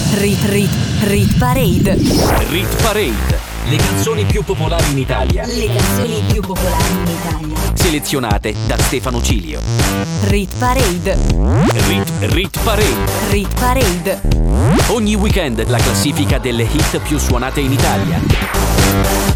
Rit Parade. Rit Parade. Le canzoni più popolari in Italia. Selezionate da Stefano Cilio. Rit Parade. Rit Parade. Rit Parade. Ogni weekend la classifica delle hit più suonate in Italia.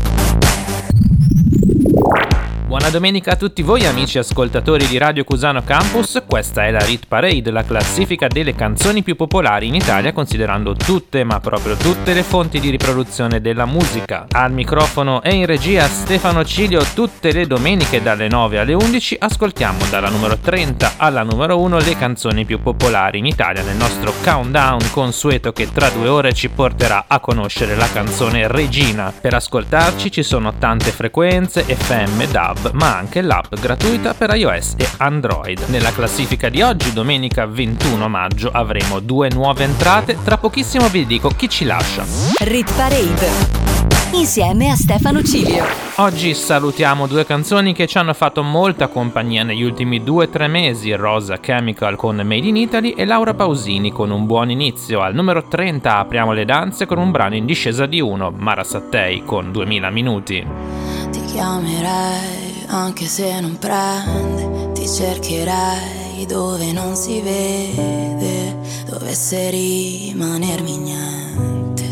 Buona domenica a tutti voi amici ascoltatori di Radio Cusano Campus, questa è la Rit Parade, la classifica delle canzoni più popolari in Italia considerando tutte, ma proprio tutte le fonti di riproduzione della musica. Al microfono e in regia Stefano Cilio, tutte le domeniche dalle 9 alle 11 ascoltiamo dalla numero 30 alla numero 1 le canzoni più popolari in Italia nel nostro countdown consueto che tra 2 ore ci porterà a conoscere la canzone regina. Per ascoltarci ci sono tante frequenze, FM, DAB, ma anche l'app gratuita per iOS e Android. Nella classifica di oggi, domenica 21 maggio, avremo 2 nuove entrate. Tra pochissimo vi dico chi ci lascia. Rit Parade insieme a Stefano Cilio. Oggi salutiamo 2 canzoni che ci hanno fatto molta compagnia negli ultimi 2-3 mesi: Rosa Chemical con Made in Italy e Laura Pausini con Un buon inizio. Al numero 30 apriamo le danze con un brano in discesa di 1, Mara Sattei con 2000 minuti. Ti chiamerei anche se non prende, ti cercherei dove non si vede, dovesse rimanermi niente.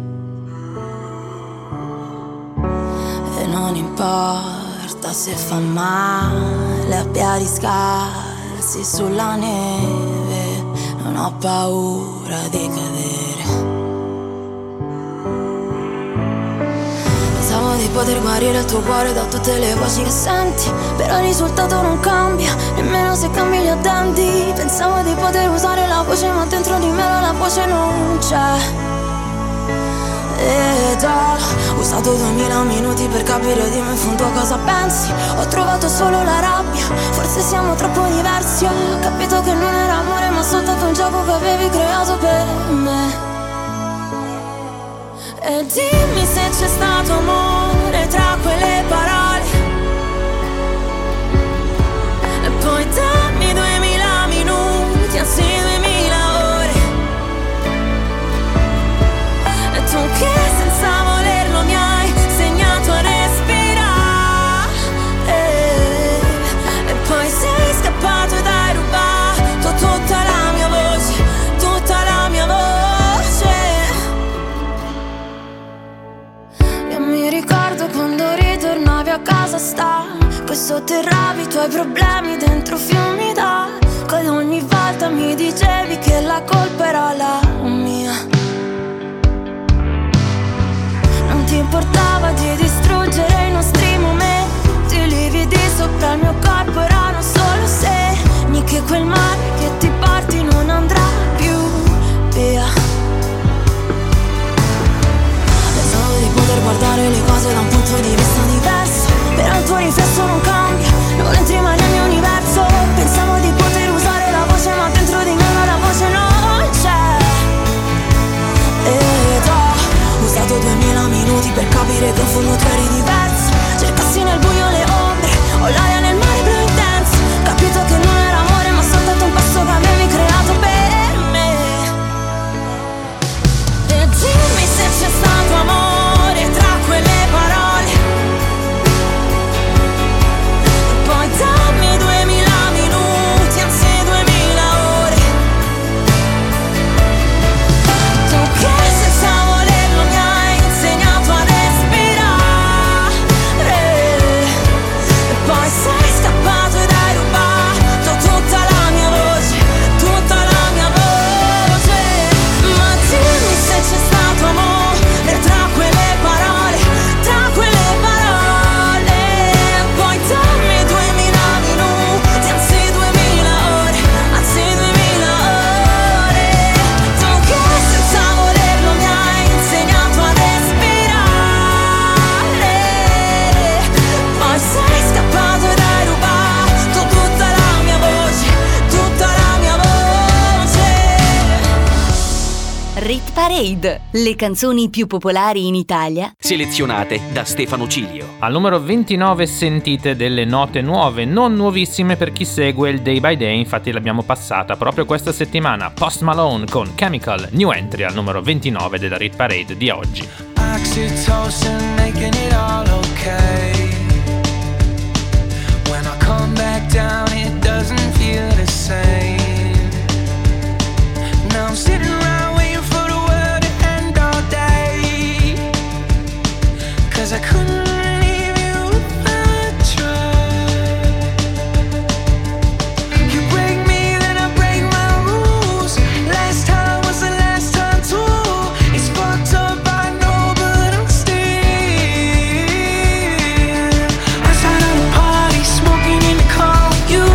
E non importa se fa male a piedi scalzi sulla neve, non ho paura di cadere. Pensavo di poter guarire il tuo cuore da tutte le voci che senti, però il risultato non cambia, nemmeno se cambi gli addenti. Pensavo di poter usare la voce, ma dentro di me la voce non c'è. Ed ho usato 2000 minuti per capire di me in fondo a cosa pensi. Ho trovato solo la rabbia, forse siamo troppo diversi. Ho capito che non era amore, ma soltanto un gioco che avevi creato per me. E dimmi se c'è stato amore tra quelle parole, e poi dammi 2000 minuti, anzi 2000 ore. E tu che senza volerlo mi hai insegnato a respirare, e poi sei scappato ed hai rubato tutta la mia voce, tutta la mia voce. Mi ricordo quando ritornavi a casa stanco e sotterravi i tuoi problemi dentro fiumi d'acqua, ed ogni volta mi dicevi che la colpa era la mia. Non ti importava di distruggere i nostri momenti, i lividi sopra il mio corpo erano solo segni che quel mare che ti porti non andrà più via. Poter guardare le cose da un punto di vista diverso, però il tuo riflesso non cambia, non entri mai nel mio universo. Pensavo di poter usare la voce, ma dentro di me la voce non c'è. Ed ho usato 2000 minuti per capire che in fondo tu eri diverso. Cercassi nel buio le ombre o l'aria nel mare blu intenso. Capito che non era amore, ma soltanto un passo che avevi creato per me. E dimmi se c'è stato amore tra quelle parole, e poi dammi 2000 minuti, anzi 2000 ore. Tu che senza volerlo mi hai insegnato a respirare, Rit Parade, le canzoni più popolari in Italia, selezionate da Stefano Cilio. Al numero 29 sentite delle note nuove, non nuovissime per chi segue il Day by Day, infatti l'abbiamo passata proprio questa settimana. Post Malone con Chemical, new entry al numero 29 della Rit Parade di oggi. Oxytocin making it all okay. When I come back down it doesn't feel the same. Now I'm sitting around waiting for the world to end all day. 'Cause I couldn't leave you if I tried. You break me then I break my rules. Last time was the last time too. It's fucked up I know but I'm still outside of the party smoking in the car with you.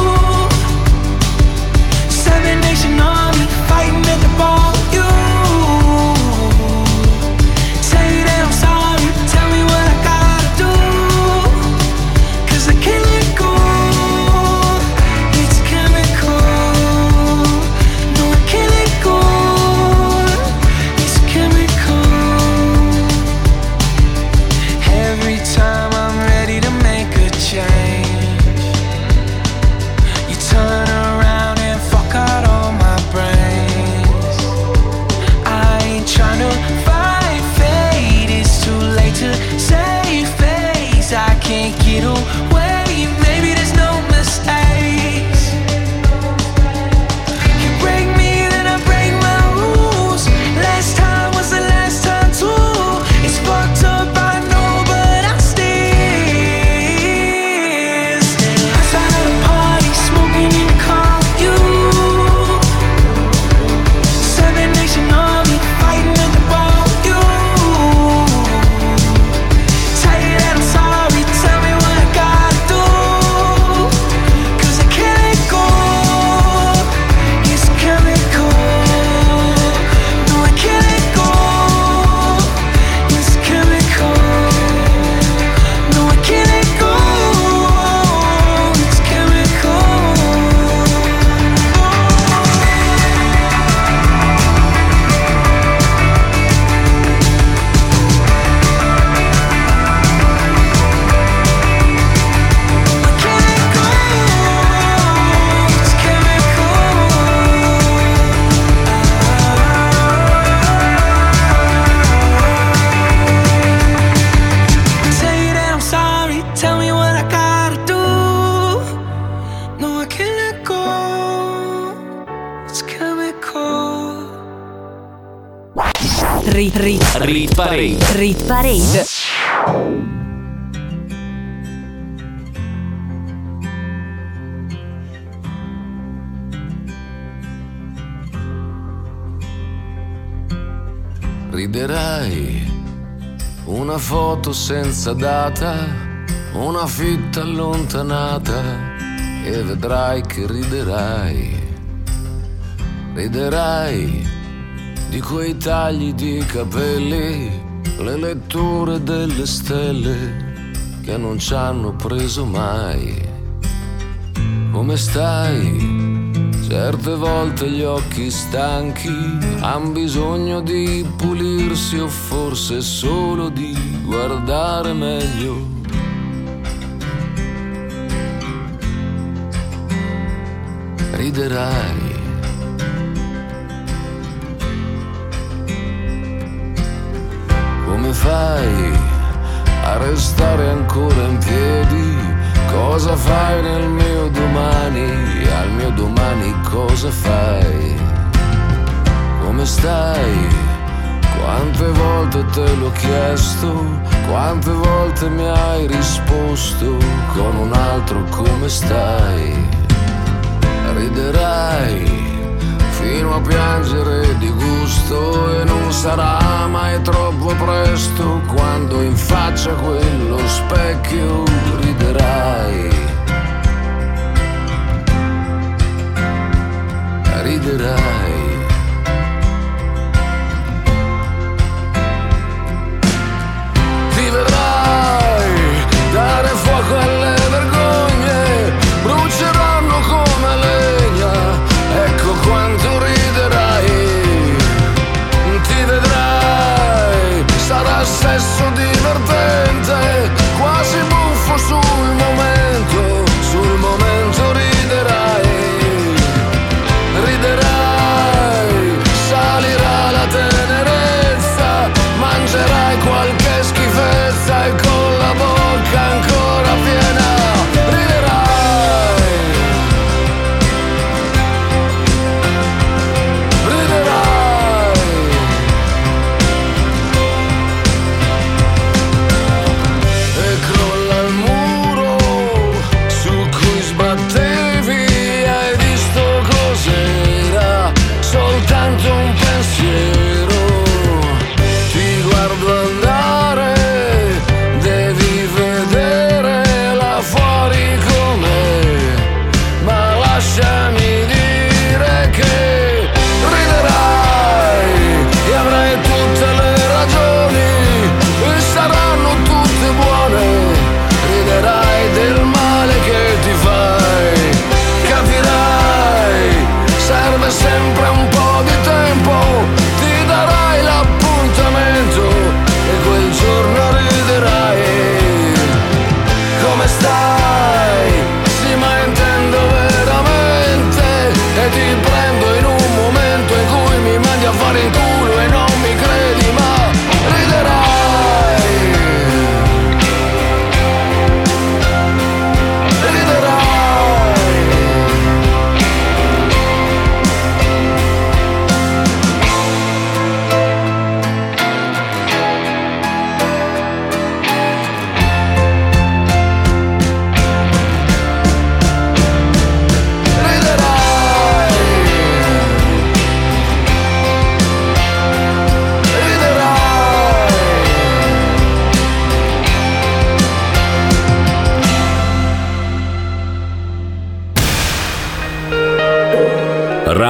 Seven Nation Army fighting at the bar with you. Say that I'm sorry, tell me what I gotta do. 'Cause I can't let go. It's chemical. No, I can't let go. It's chemical. Every time I'm ready to make a change, you turn around and fuck out all my brains. I ain't tryna fight fate, it's too late to save face. I can't get away, maybe there's no mistakes. You break me then I break my rules. Last time was the last time too. It's fucked up I know but I'm still outside of the party smoking in the car with you. Seven Nation Army fighting at the bar with you. Tell you that I'm sorry, tell me what I gotta do. 'Cause I can't let go. It's chemical. No, I can't let go. It's chemical. No, I can't let go. It's chemical. Say that I'm sorry, tell me what I gotta do. No, I can't let go. It's chemical. Rit Parade. Rit Parade. Riderai, una foto senza data, una fitta allontanata e vedrai che riderai. Riderai di quei tagli di capelli, le letture delle stelle che non ci hanno preso mai. Come stai? Certe volte gli occhi stanchi han bisogno di pulirsi o forse solo di guardare meglio. Riderai. Come fai a restare ancora in piedi? Cosa fai nel mio domani? Al mio domani cosa fai? Come stai? Quante volte te l'ho chiesto? Quante volte mi hai risposto con un altro come stai? Riderai fino a piangere di gusto e non sarà mai troppo presto quando in faccia quello specchio riderai. Riderai. Ti vedrai dare fuoco alle vergogne, bruceranno come legna, ecco quanto riderai.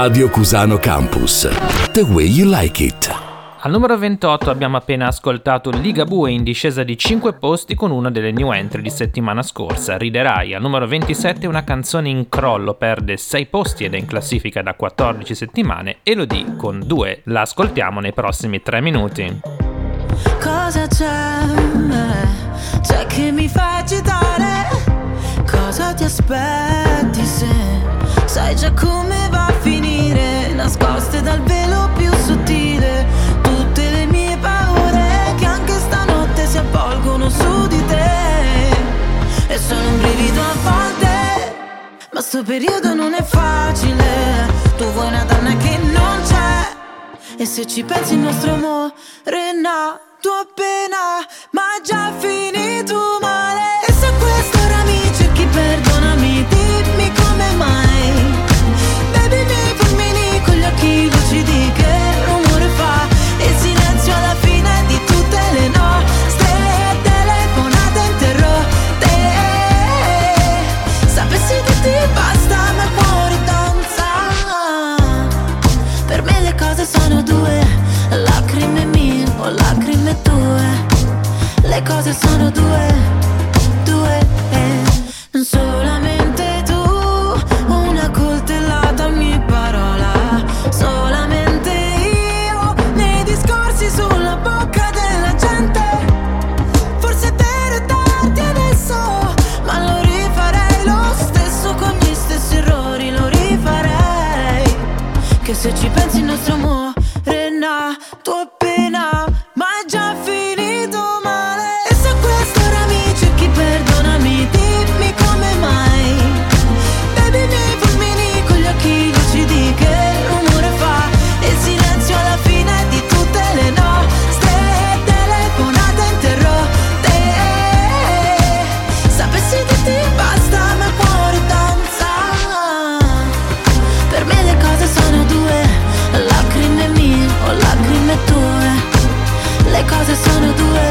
Radio Cusano Campus. The way you like it. Al numero 28 abbiamo appena ascoltato Ligabue in discesa di 5 posti con una delle new entry di settimana scorsa, Riderai. Al numero 27 una canzone in crollo, perde 6 posti ed è in classifica da 14 settimane, Elodie con 2. La ascoltiamo nei prossimi 3 minuti. Cosa c'è? C'è che mi fa agitare? Cosa ti aspetti se sai già come va a finire? Nascoste dal velo più sottile tutte le mie paure che anche stanotte si avvolgono su di te. E sono un brivido a volte, ma sto periodo non è facile. Tu vuoi una donna che non c'è, e se ci pensi il nostro amore nato appena, ma già finito male. E se questo ora mi cerchi, perdonami, dimmi come mai. Baby, mi fulmini con gli occhi lucidi, che rumore fa il silenzio alla fine di tutte le nostre telefonate interrotte. Sapessi che ti basta, ma il cuore danza. Per me le cose sono due, lacrime mie o lacrime tue. Le cose sono due, solamente tu, una coltellata ogni parola, solamente io nei discorsi sulla bocca della gente. Forse per darti adesso, ma lo rifarei lo stesso con gli stessi errori, lo rifarei. Che se ci pensi il nostro amore nato appena, ma è già finito male. E se questo ora mi cerchi, perdonami, dimmi come mai. Baby, mi fulmini con gli occhi lucidi, che rumore fa il silenzio alla fine di tutte le nostre telefonate interrotte. Sapessi che ti basta, ma il cuore danza. Per me le cose sono due, lacrime mie o lacrime tue. Le cose sono due.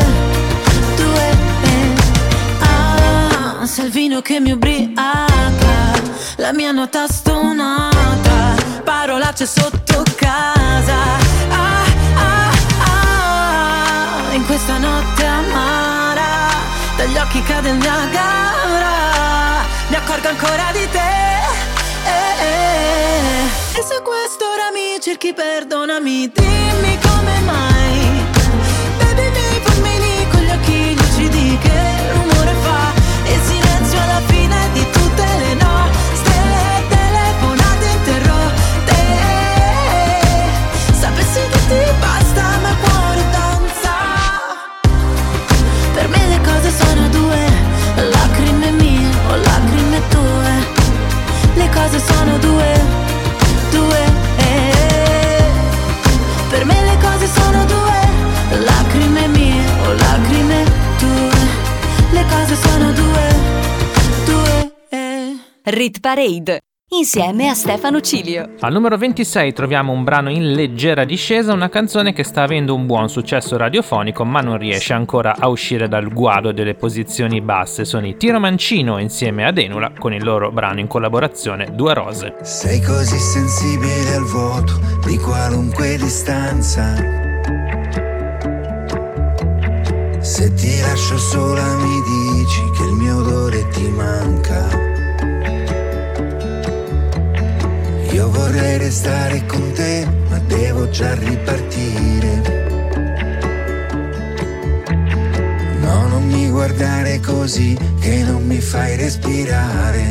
Se il vino che mi ubriaca, la mia nota stonata, parolacce sotto casa. In questa notte amara, dagli occhi cade il Niagara, mi accorgo ancora di te. E se quest'ora mi cerchi, perdonami, dimmi come mai. Baby, mi fulmini con gli occhi lucidi, che rumore fa il silenzio alla fine di tutte le nostre telefonate interrotte. Sapessi che ti basta, ma il cuore danza. Per me le cose sono due, lacrime mie o lacrime tue. Le cose sono due. Per me le cose sono due, lacrime mie o lacrime tue. Le cose sono due. Rit Parade insieme a Stefano Cilio. Al numero 26 troviamo un brano in leggera discesa, una canzone che sta avendo un buon successo radiofonico ma non riesce ancora a uscire dal guado delle posizioni basse. Sono i Tiro Mancino insieme ad Enula con il loro brano in collaborazione Due Rose. Sei così sensibile al vuoto di qualunque distanza. Se ti lascio sola mi dici che il mio odore ti manca. Io vorrei restare con te, ma devo già ripartire. No, non mi guardare così, che non mi fai respirare.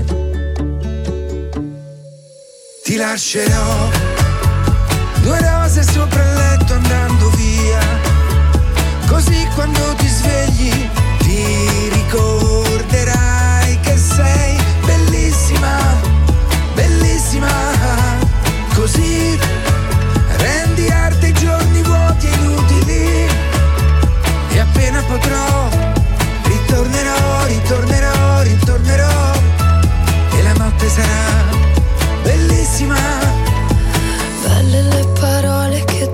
Ti lascerò 2 rose sopra il letto andando via, così quando ti svegli ti ricorderai che sei bellissima. Bellissima, così rendi arte i giorni vuoti e inutili. E appena potrò ritornerò, e la notte sarà bellissima. Belle le parole che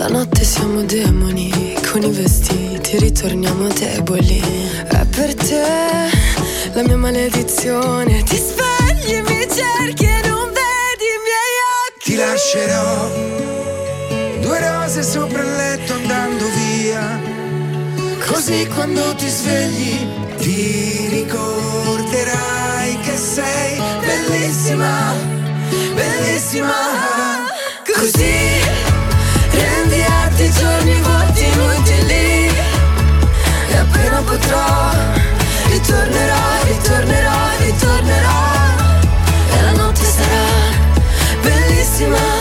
Stanotte siamo demoni, con i vestiti ritorniamo deboli. È per te la mia maledizione. Ti svegli, mi cerchi e non vedi i miei occhi. Ti lascerò 2 rose sopra il letto andando via, così quando ti svegli ti ricorderai che sei bellissima, bellissima. Così rendi arti i giorni vuoti inutili, e appena potrò ritornerò, ritornerò, ritornerò, e la notte sarà bellissima.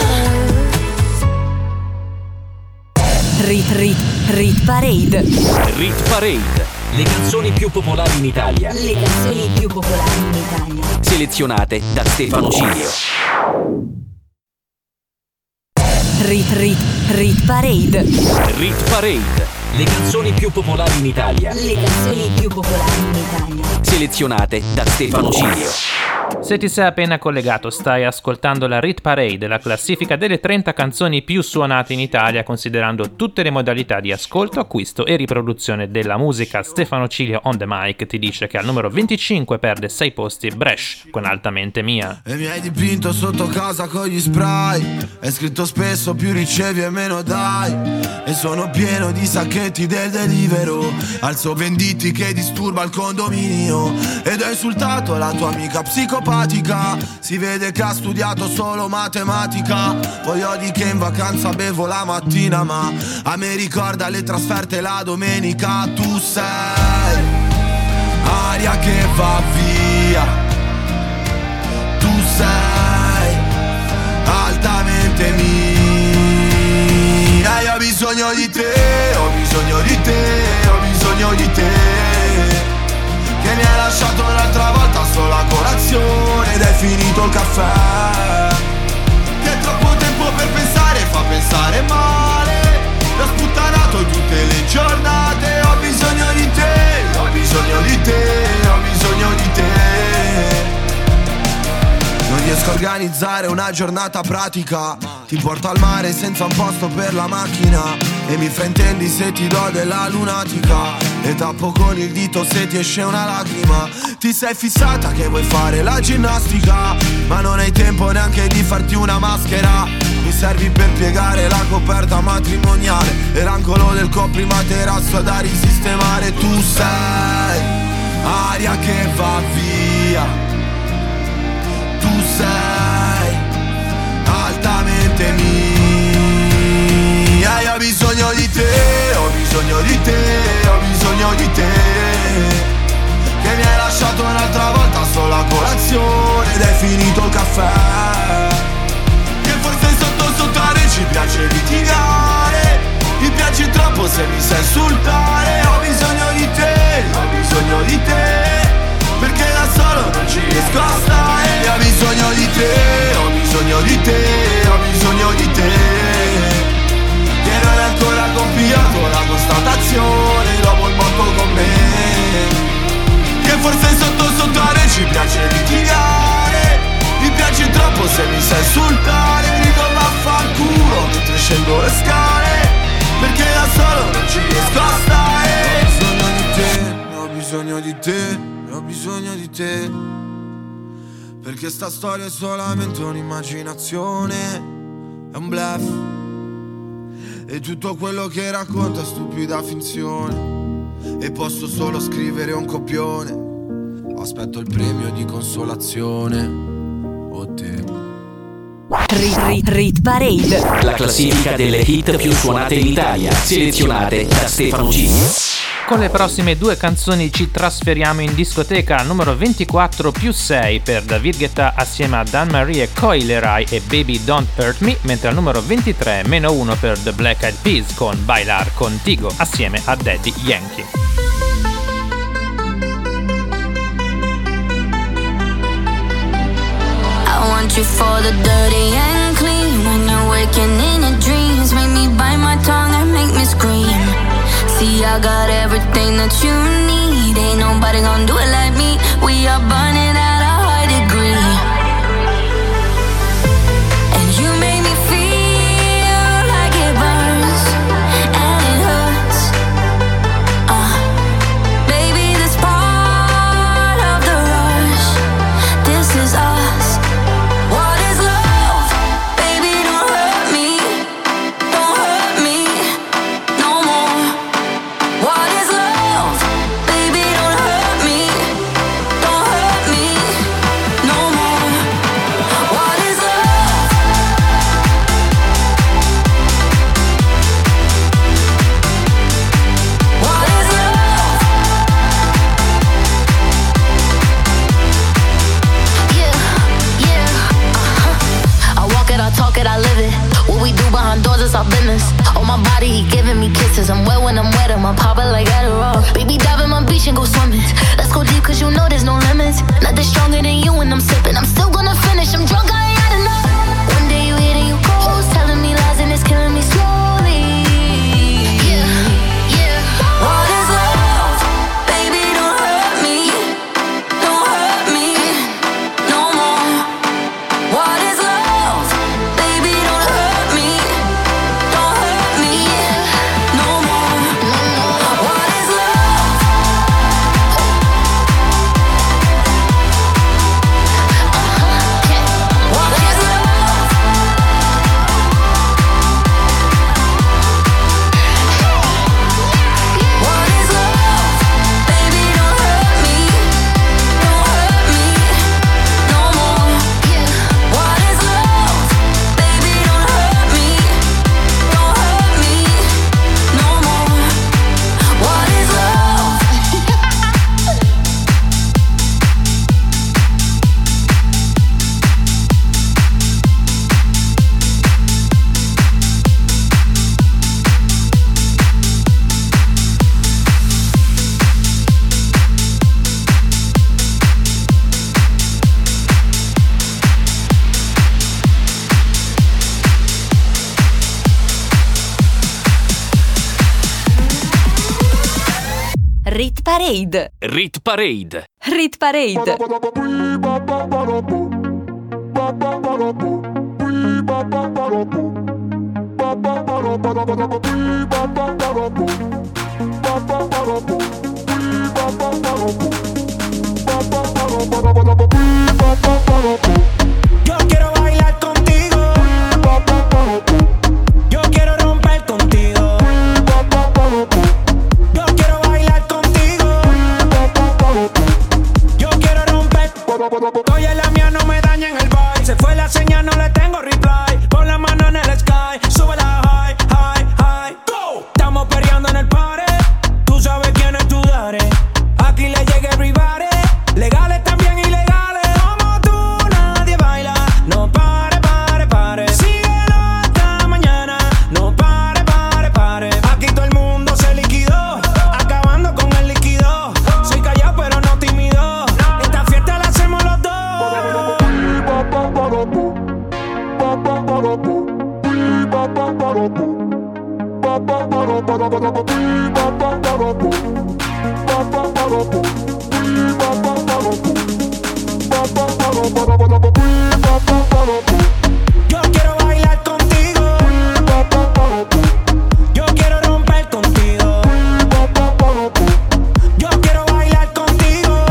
Rit Parade. Rit Parade. Le canzoni più popolari in Italia. Le canzoni più popolari in Italia. Selezionate da Stefano Cilio. Rit Parade. Rit Parade. Le canzoni più popolari in Italia. Le canzoni più popolari in Italia. Selezionate da Stefano Cilio. Se ti sei appena collegato, stai ascoltando la Rit Parade, la classifica delle 30 canzoni più suonate in Italia, considerando tutte le modalità di ascolto, acquisto e riproduzione della musica. Stefano Cilio on the mic ti dice che al numero 25 perde 6 posti Bresh con Altamente Mia. E mi hai dipinto sotto casa con gli spray, è scritto spesso più ricevi e meno dai, e sono pieno di sacchetti del Deliveroo, alzo venditi che disturba il condominio, ed ho insultato la tua amica psicopatica. Si vede che ha studiato solo matematica. Poi odi che in vacanza bevo la mattina, ma a me ricorda le trasferte la domenica. Tu sei aria che va via, tu sei altamente mia. Io ho bisogno di te, ho bisogno di te, ho bisogno di te, che mi hai lasciato l'altra volta solo a colazione ed è finito il caffè, che è troppo tempo per pensare, fa pensare male, l'ho sputtanato tutte le giornate. Ho bisogno di te, ho bisogno di te, ho bisogno di te. Non riesco a organizzare una giornata pratica, ti porto al mare senza un posto per la macchina, e mi fraintendi se ti do della lunatica, e tappo con il dito se ti esce una lacrima. Ti sei fissata che vuoi fare la ginnastica, ma non hai tempo neanche di farti una maschera. Mi servi per piegare la coperta matrimoniale e l'angolo del coprimaterasso da risistemare. Tu sei aria che va via, tu sei altamente mia. Io ho bisogno di te, ho bisogno di te, ho bisogno di te, che mi hai lasciato un'altra volta solo a colazione ed è finito il caffè, che forse sotto sottare ci piace litigare, mi piaci troppo se mi sai insultare. Ho bisogno di te, ho bisogno di te, perché da solo non ci riesco a stare. Ho bisogno di te, ho bisogno di te, ho bisogno di te, che non è ancora compiuto la constatazione dopo il botto con me, che forse sotto sottare ci piace litigare, mi piaci troppo se mi sai insultare. Ritorno a fanculo mentre scendo le scale, perché da solo non ci riesco a stare. Ho bisogno di te, ho bisogno di te, ho bisogno di te, perché sta storia è solamente un'immaginazione, è un bluff, e tutto quello che racconta è stupida finzione, e posso solo scrivere un copione. Aspetto il premio di consolazione, o te. Rit Parade, la classifica delle hit più suonate in Italia, selezionate da Stefano Cilio. Con le prossime 2 canzoni ci trasferiamo in discoteca. Al numero 24 più 6 per David Guetta assieme a Dan Marie e Coi Leray e Baby Don't Hurt Me, mentre al numero 23 meno 1 per The Black Eyed Peas con Bailar Contigo assieme a Daddy Yankee. I want you for the dirty and clean. When you're waking in your dreams, make me bite my tongue and make me scream. See, I got everything that you need. Ain't nobody gonna do it like me. We are burning at a high degree, and you make me feel like it burns. it, I live it. What we do behind doors is our business. On my body, he giving me kisses. I'm wet when I'm wet, I'm poppin' like Adderall. Baby, dive in my beach and go swimming. Let's go deep, cause you know there's no limits. Nothing stronger than you when I'm sipping. I'm still gonna finish, I'm drunk, I ain't had enough. One day you hit and you ghost, telling me lies and it's killing me slowly. Yeah, yeah. What is love? Baby, don't hurt me. Don't hurt me no more. What is love? Baby, don't hurt me. Don't hurt me no more. What is love? What is love? What is love? Baby, don't hurt me. Don't hurt me no more. What is love? Baby, don't hurt me. Don't hurt me no more. What is love? Rit Parade. Rit Parade. Rit Parade. Yo quiero bailar contigo. Yo quiero romper contigo. Yo quiero bailar contigo. Yo quiero romper. Oye, la mía no me daña en el vibe. Se fue la señal, no le tengo reply. Pon la mano en el sky. Sube la high, high, high. Go. Estamos peleando en el party. Tú sabes quién es tu daddy. Aquí le llega everybody. Legales también ilegales. Como tú nadie baila. No pare, pare, pare. Síguelo hasta mañana. No pare, pare, pare. Aquí todo el mundo se liquidó. Acabando con el líquido. Soy callado pero no tímido. Esta fiesta la hacemos los dos. Yo quiero bailar contigo. Yo quiero romper contigo. Yo quiero bailar contigo.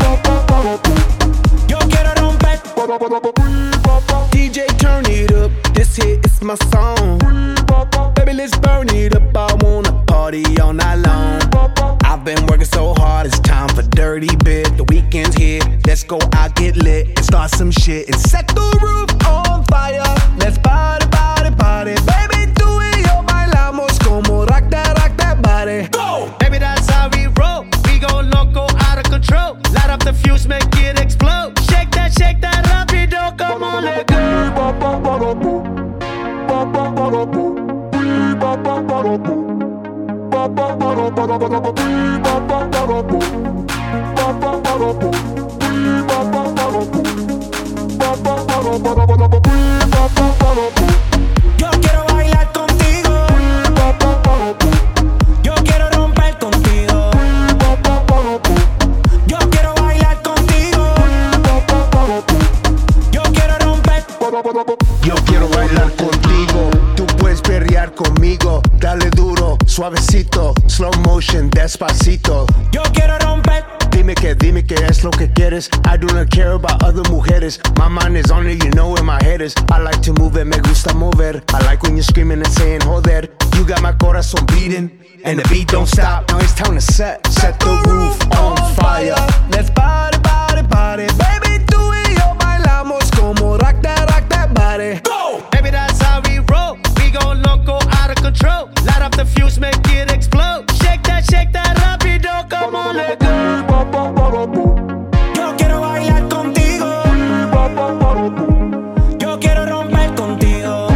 Yo quiero romper. DJ, turn it up. This hit is my song. Baby, let's burn it up. I wanna party all night long. I've been working so hard, it's time for dirty bit. The weekend's here, let's go out, get lit, and start some shit and set the roof on fire. Let's party, party, party. Baby, tú y yo bailamos como rock that body. Go! Baby, that's how we roll. We go loco, out of control. Light up the fuse, make it explode. Shake that rapido, come on, let go. Yo quiero bailar contigo. Yo quiero romper contigo. Yo quiero bailar contigo. Yo quiero romper. Yo quiero bailar contigo. Tú puedes perrear conmigo. Dale duro, suavecito. Slow motion, despacito. Yo quiero romper. Dime que es lo que quieres. I do not care about other mujeres. My mind is on it, you know where my head is. I like to move it, me gusta mover. I like when you're screaming and saying joder. You got my corazón beating, and the beat don't stop. Now it's time to set the roof on fire. Let's party, party, party. Baby, tú y yo bailamos como rock that body. Go! Baby, that's how we roll. We go loco, out of control. Light up the fuse, make it explode. Shake that rapido, come on, let go. Yo quiero bailar contigo. Yo quiero romper contigo.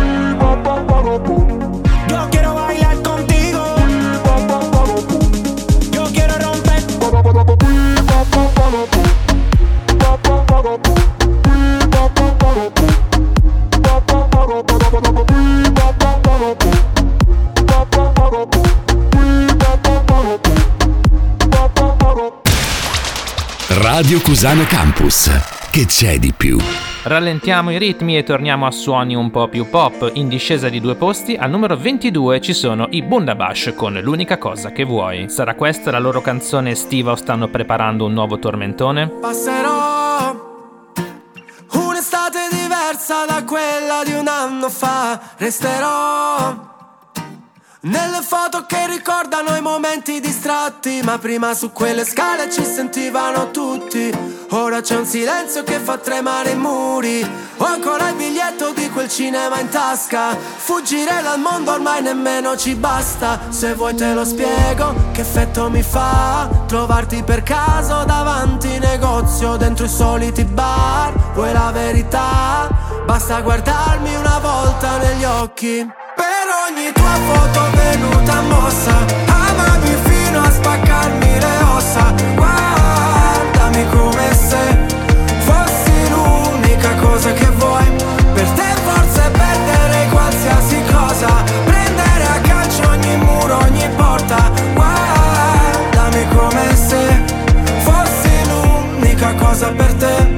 Radio Cusano Campus. Che c'è di più? Rallentiamo i ritmi e torniamo a suoni un po' più pop. In discesa di 2 posti, al numero 22 ci sono i Bundabash con L'unica cosa che vuoi. Sarà questa la loro canzone estiva o stanno preparando un nuovo tormentone? Passerò un'estate diversa da quella di un anno fa. Resterò nelle foto che ricordano i momenti distratti, ma prima su quelle scale ci sentivano tutti. Ora c'è un silenzio che fa tremare i muri. Ho ancora il biglietto di quel cinema in tasca. Fuggire dal mondo ormai nemmeno ci basta. Se vuoi te lo spiego che effetto mi fa trovarti per caso davanti negozio, dentro i soliti bar. Vuoi la verità? Basta guardarmi una volta negli occhi. Per ogni tua foto venuta mossa, amami fino a spaccarmi le ossa. Guardami come se fossi l'unica cosa che vuoi. Per te forse perdere qualsiasi cosa, prendere a calcio ogni muro, ogni porta. Guardami come se fossi l'unica cosa per te.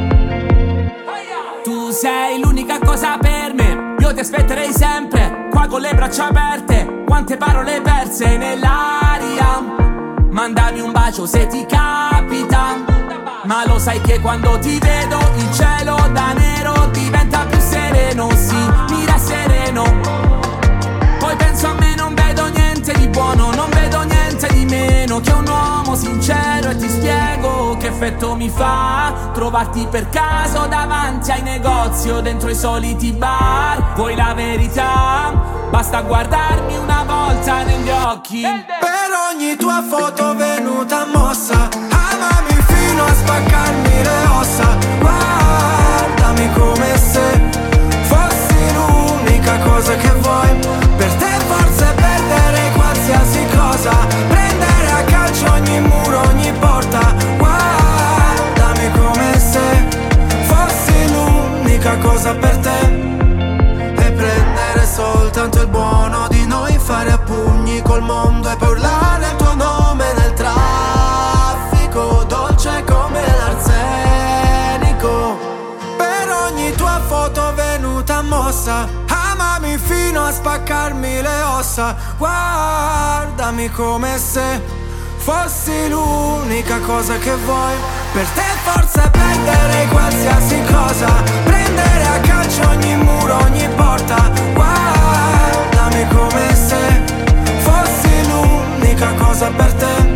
Tu sei l'unica cosa per me, io ti aspetterei sempre, qua con le braccia aperte. Quante parole perse nell'aria. Mandami un bacio se ti capita, ma lo sai che quando ti vedo il cielo da nero diventa più sereno. Sì, mira sereno. Poi penso a me, non vedo niente di buono, non vedo niente di meno che un uomo sincero. E ti spiego che effetto mi fa trovarti per caso davanti ai negozi o dentro i soliti bar. Vuoi la verità? Basta guardarmi una volta negli occhi. Per ogni tua foto venuta mossa, amami fino a spaccarmi le ossa. Guardami come se fossi l'unica cosa che vuoi. Per te forse perdere qualsiasi cosa, prendere a calcio ogni muro, ogni porta. Guardami come se fossi l'unica cosa per te. E prendere soltanto il buono di noi, fare a pugni col mondo e poi urlare il tuo nome nel traffico, dolce come l'arsenico. Per ogni tua foto venuta mossa, amami fino a spaccarmi le ossa. Guardami come se fossi l'unica cosa che vuoi. Per te forse perdere qualsiasi cosa, prendere a calcio ogni muro, ogni porta. Guardami come se fossi l'unica cosa per te.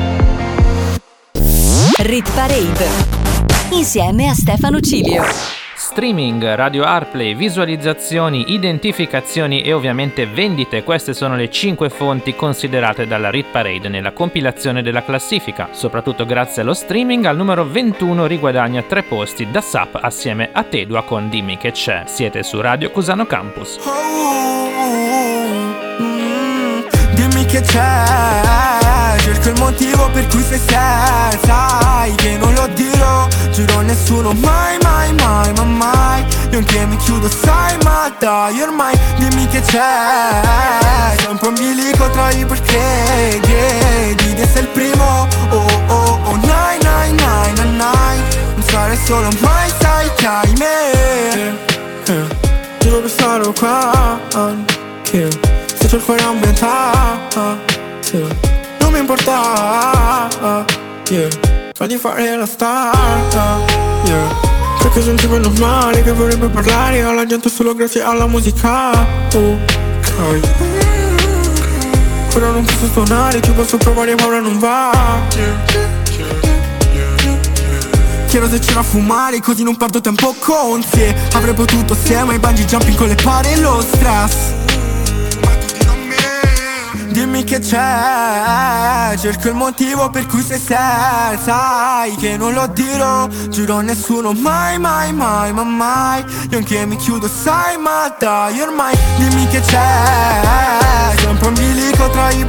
Rit Parade insieme a Stefano Cilio. Streaming, radio AirPlay, visualizzazioni, identificazioni e ovviamente vendite. Queste sono le 5 fonti considerate dalla Rit Parade nella compilazione della classifica. Soprattutto grazie allo streaming, al numero 21 riguadagna 3 posti da Sap assieme a Tedua con Dimmi che c'è. Siete su Radio Cusano Campus. Dimmi che c'è, cerco il motivo per cui sei sai che non lo dirò, giuro a nessuno mai, mai, mai, ma mai. Io in che mi chiudo sai, ma dai ormai. Dimmi che c'è, sei un po' in bilico tra i perché di te sei il primo, oh oh oh, nai, nai, nai, nai, nai. Non sarei solo mai, sai che hai me. Giuro per stare qua, se c'ho il cuore ambientato, non mi importa, fagli fare la star, perché sono un tipo normale che vorrebbe parlare alla gente solo grazie alla musica, ok. Ora non posso suonare, ci posso provare ma ora non va, chiedo se c'era a fumare così non perdo tempo con sé. Avrei potuto assieme ai bungee jumping con le pare e lo stress. Dimmi che c'è, cerco il motivo per cui sei sai che non lo dirò, giuro a nessuno mai, mai, mai, ma mai. Io anche mi chiudo sai, ma dai ormai. Dimmi che c'è, sei un po' in bilico tra i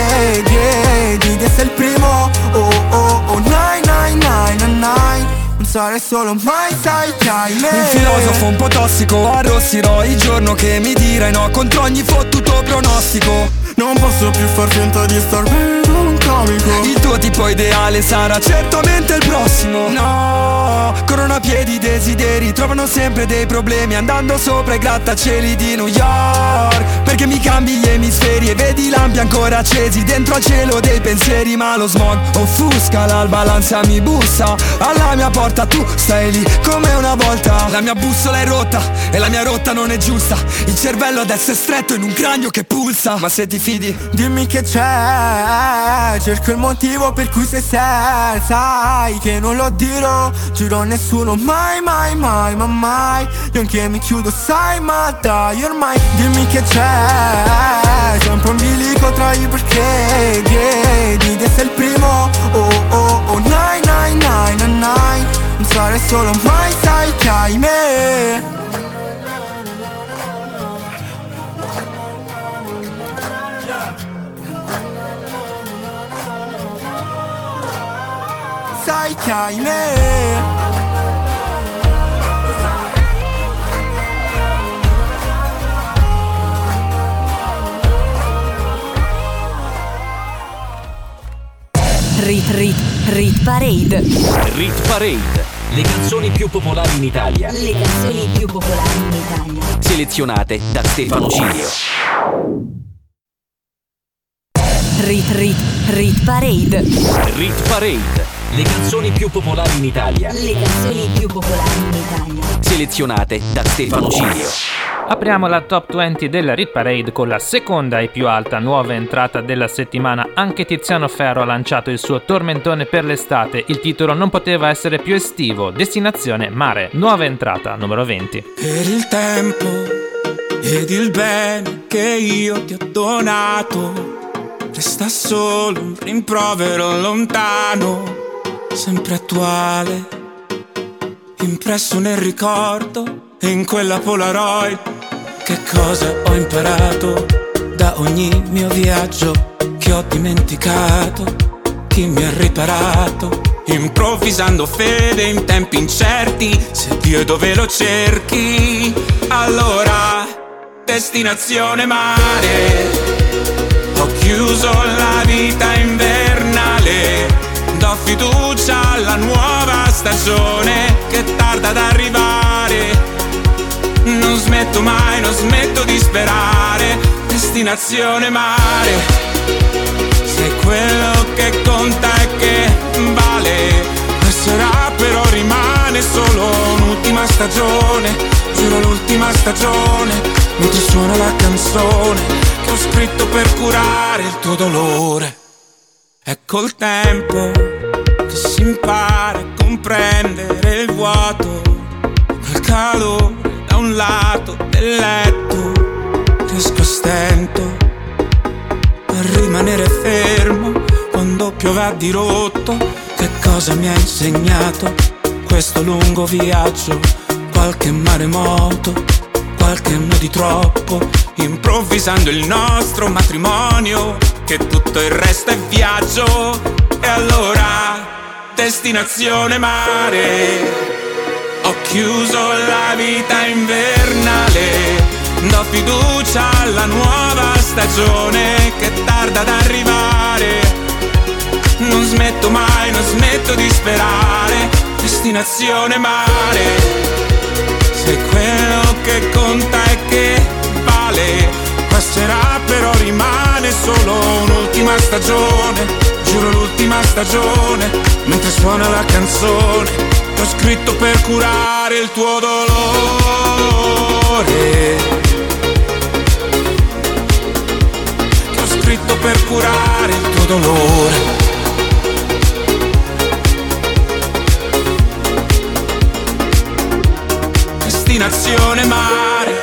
perché di te sei il primo, oh oh oh, nai, nai, nai, nai, nai. Non sarei solo mai, sai che hai me. Un filosofo un po' tossico, arrossirò il giorno che mi dirai no contro ogni fottuto pronostico. Non posso più far finta di star bene con un comico. Il tuo tipo ideale sarà certamente il prossimo. No, corrono a piedi desideri, trovano sempre dei problemi andando sopra i grattacieli di New York. Perché mi cambi gli emisferi e vedi lampi ancora accesi dentro al cielo dei pensieri. Ma lo smog offusca, l'alba l'ansia mi bussa alla mia porta, tu stai lì come una volta. La mia bussola è rotta e la mia rotta non è giusta. Il cervello adesso è stretto in un cranio che pulsa. Ma se ti fidi, dimmi che c'è, cerco il motivo per cui sei sai che non lo dirò, giuro a nessuno mai, mai, mai, ma mai. Io anche mi chiudo, sai, ma dai ormai. Dimmi che c'è, sempre un bilico tra i perché di te sei il primo, oh, oh, oh, nine, nine, nine, nine, nine. Non sarei solo mai, sai che hai me. Sai che hai me. Rit Parade. Rit Parade. Le canzoni più popolari in Italia. Le canzoni più popolari in Italia. Selezionate da Stefano Cilio. Rit Parade. Rit Parade. Le canzoni più popolari in Italia. Le canzoni più popolari in Italia. Selezionate da Stefano Cilio. Apriamo la top 20 della Rit Parade con la seconda e più alta nuova entrata della settimana. Anche Tiziano Ferro ha lanciato il suo tormentone per l'estate. Il titolo non poteva essere più estivo. Destinazione Mare. Nuova entrata, numero 20. Per il tempo ed il bene che io ti ho donato, resta solo un rimprovero lontano, sempre attuale, impresso nel ricordo e in quella Polaroid. Che cosa ho imparato da ogni mio viaggio che ho dimenticato? Chi mi ha riparato? Improvvisando fede in tempi incerti, se Dio è dove lo cerchi. Allora, destinazione mare. Ho chiuso la vita invernale, do fiducia alla nuova stagione che tarda ad arrivare. Non smetto mai, non smetto di sperare. Destinazione mare. Se quello che conta è che vale, passerà però rimane solo un'ultima stagione. Giuro l'ultima stagione, mentre suona la canzone che ho scritto per curare il tuo dolore. È col tempo che si impara a comprendere il vuoto, quel calore da un lato del letto. Riesco a stento a rimanere fermo quando piove a dirotto. Che cosa mi ha insegnato questo lungo viaggio? Qualche maremoto, qualche anno di troppo, improvvisando il nostro matrimonio, che tutto il resto è viaggio. E allora, destinazione mare. Ho chiuso la vita invernale, do fiducia alla nuova stagione che tarda ad arrivare. Non smetto mai, non smetto di sperare. Destinazione mare. Se quello che conta è che vale, passerà però rimane solo un'ultima stagione. Giuro l'ultima stagione, mentre suona la canzone che ho scritto per curare il tuo dolore. Che ho scritto per curare il tuo dolore. Destinazione mare.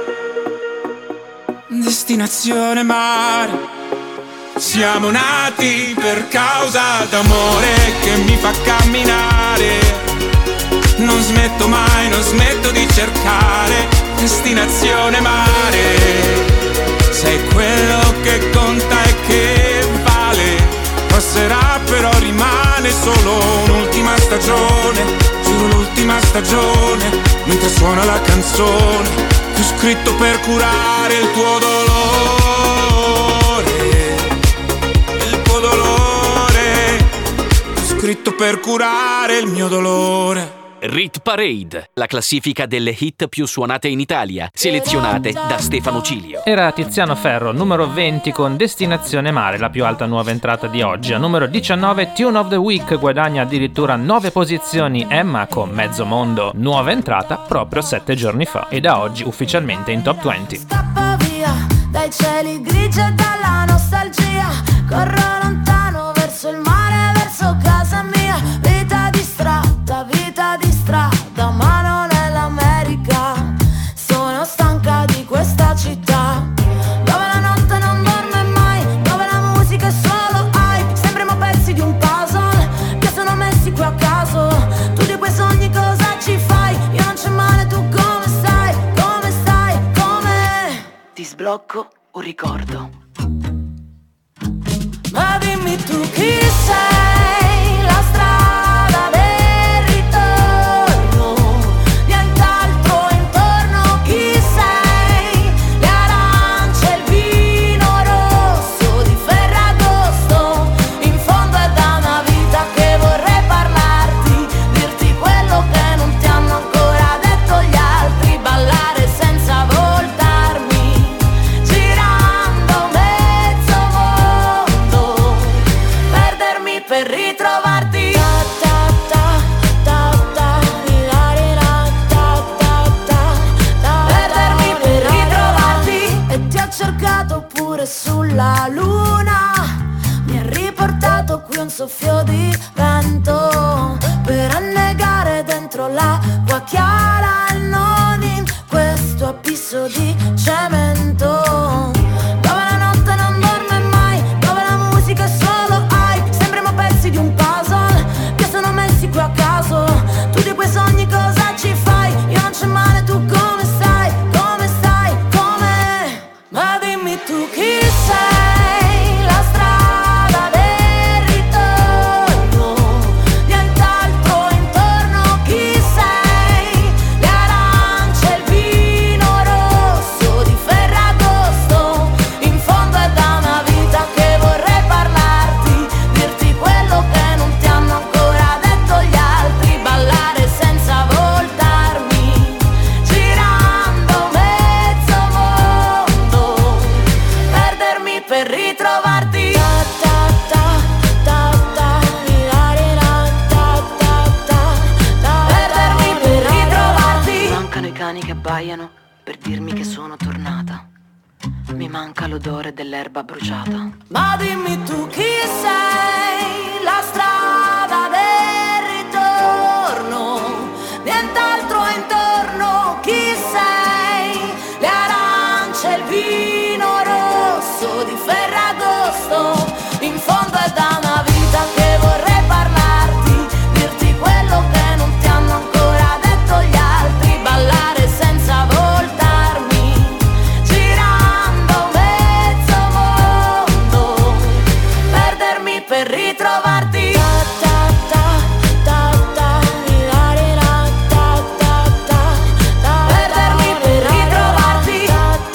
Destinazione mare. Siamo nati per causa d'amore che mi fa camminare. Non smetto mai, non smetto di cercare. Destinazione mare. Sei quello che conta e che vale. Passerà però rimane solo un'ultima stagione. Giuro ragione mentre suona la canzone che ho scritto per curare il tuo dolore. Il tuo dolore, ho scritto per curare il mio dolore. Rit Parade, la classifica delle hit più suonate in Italia, selezionate da Stefano Cilio. Era Tiziano Ferro, numero 20 con Destinazione Mare, la più alta nuova entrata di oggi. A numero 19 Tune of the Week guadagna addirittura 9 posizioni Emma con Mezzo Mondo, nuova entrata proprio 7 giorni fa e da oggi ufficialmente in top 20. Scappa via dai cieli grigi e dalla nostalgia, corro lontano verso il mare, verso casa mia, vita distratta, ma non è l'America. Sono stanca di questa città, dove la notte non dorme mai, dove la musica è solo hype. Sembriamo pezzi di un puzzle che sono messi qui a caso. Tu di quei sogni cosa ci fai? Io non c'è male, tu come stai? Come stai? Come? Ti sblocco un ricordo. Ma dimmi tu chi sei, la strada del ritorno, nient'altro intorno, chi sei, le arance, il vino rosso di Ferragosto, in fondo è da una vita che vorrei parlarti, dirti quello che non ti hanno ancora detto gli altri, ballare senza voltarmi, girando mezzo mondo, perdermi per ritrovarti. Perdermi per ritrovarti. E ti ho cercato pure sulla luna, mi ha riportato qui un soffio di vento per annegare dentro l'acqua chiara e non in questo abisso di cemento, dove la notte non dorme mai, dove la musica è solo hype. Sembriamo pezzi di un puzzle che sono messi qui a caso. Tu di quei sogni cosa ci fai? Io non c'è male, tu come stai? Come stai? Come? Ma dimmi tu chi sei, la strada del ritorno, nient'altro intorno, chi sei, le arance, il vino rosso di Ferragosto, in fondo è da una vita che vorrei parlarti, dirti quello che non ti hanno ancora detto gli altri, ballare senza voltarmi, girando mezzo mondo, perdermi per ritrovarti. Perdermi per ritrovarti. Mancano i cani che abbaiano per dirmi che sono tornata. Mi manca l'odore dell'erba bruciata. Ma dimmi tu chi sei, la strada del ritorno, nient'altro intorno, chi sei, le arance, il vino rosso di Ferragosto, in fondo è da una vita che vorrei parlarti, dirti quello che non ti hanno ancora detto gli altri, ballare senza voltarmi, girando mezzo mondo, perdermi per ritrovarti. Perdermi per ritrovarti.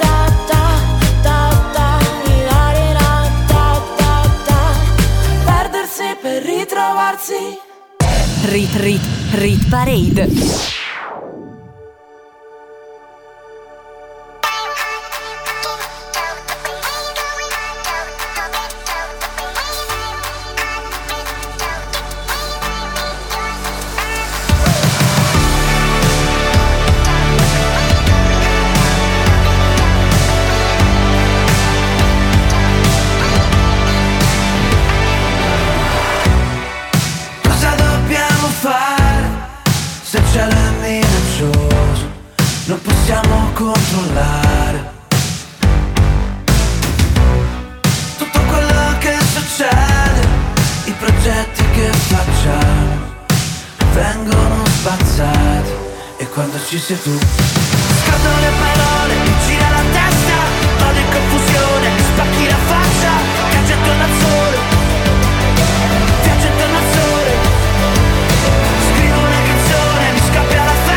Perdersi per ritrovarsi. Rit Parade. Cosa dobbiamo fare se il cielo è minaccioso? Non possiamo controllare tutto quello che succede, i progetti che facciamo vengono spazzati e quando ci sei tu scattano le parole, mi gira la testa, vado in confusione, spacchi la faccia, viaggio attorno al sole, viaggio attorno al sole, scrivo una canzone, mi scappia la festa.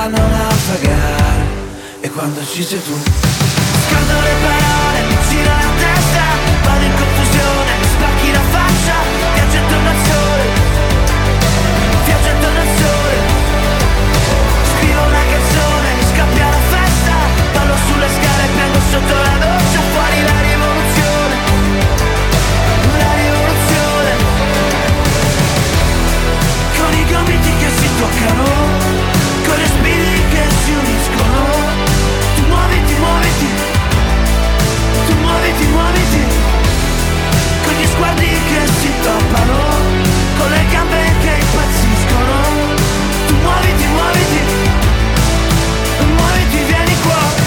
fanno naufragare. E quando ci sei tu scordo le parole, mi gira la testa, vado in confusione, mi spacchi la faccia, viaggio intorno al sole, viaggio intorno al sole. Scrivo una canzone, mi scappia la festa, ballo sulle scale, piango sotto la doccia, fuori la rivoluzione, la rivoluzione. Con i gomiti che si toccano, con i respiri che si uniscono. Tu muoviti, muoviti, tu muoviti, muoviti, con gli sguardi che si toppano, con le gambe che impazziscono. Tu muoviti, muoviti, muoviti, vieni qua.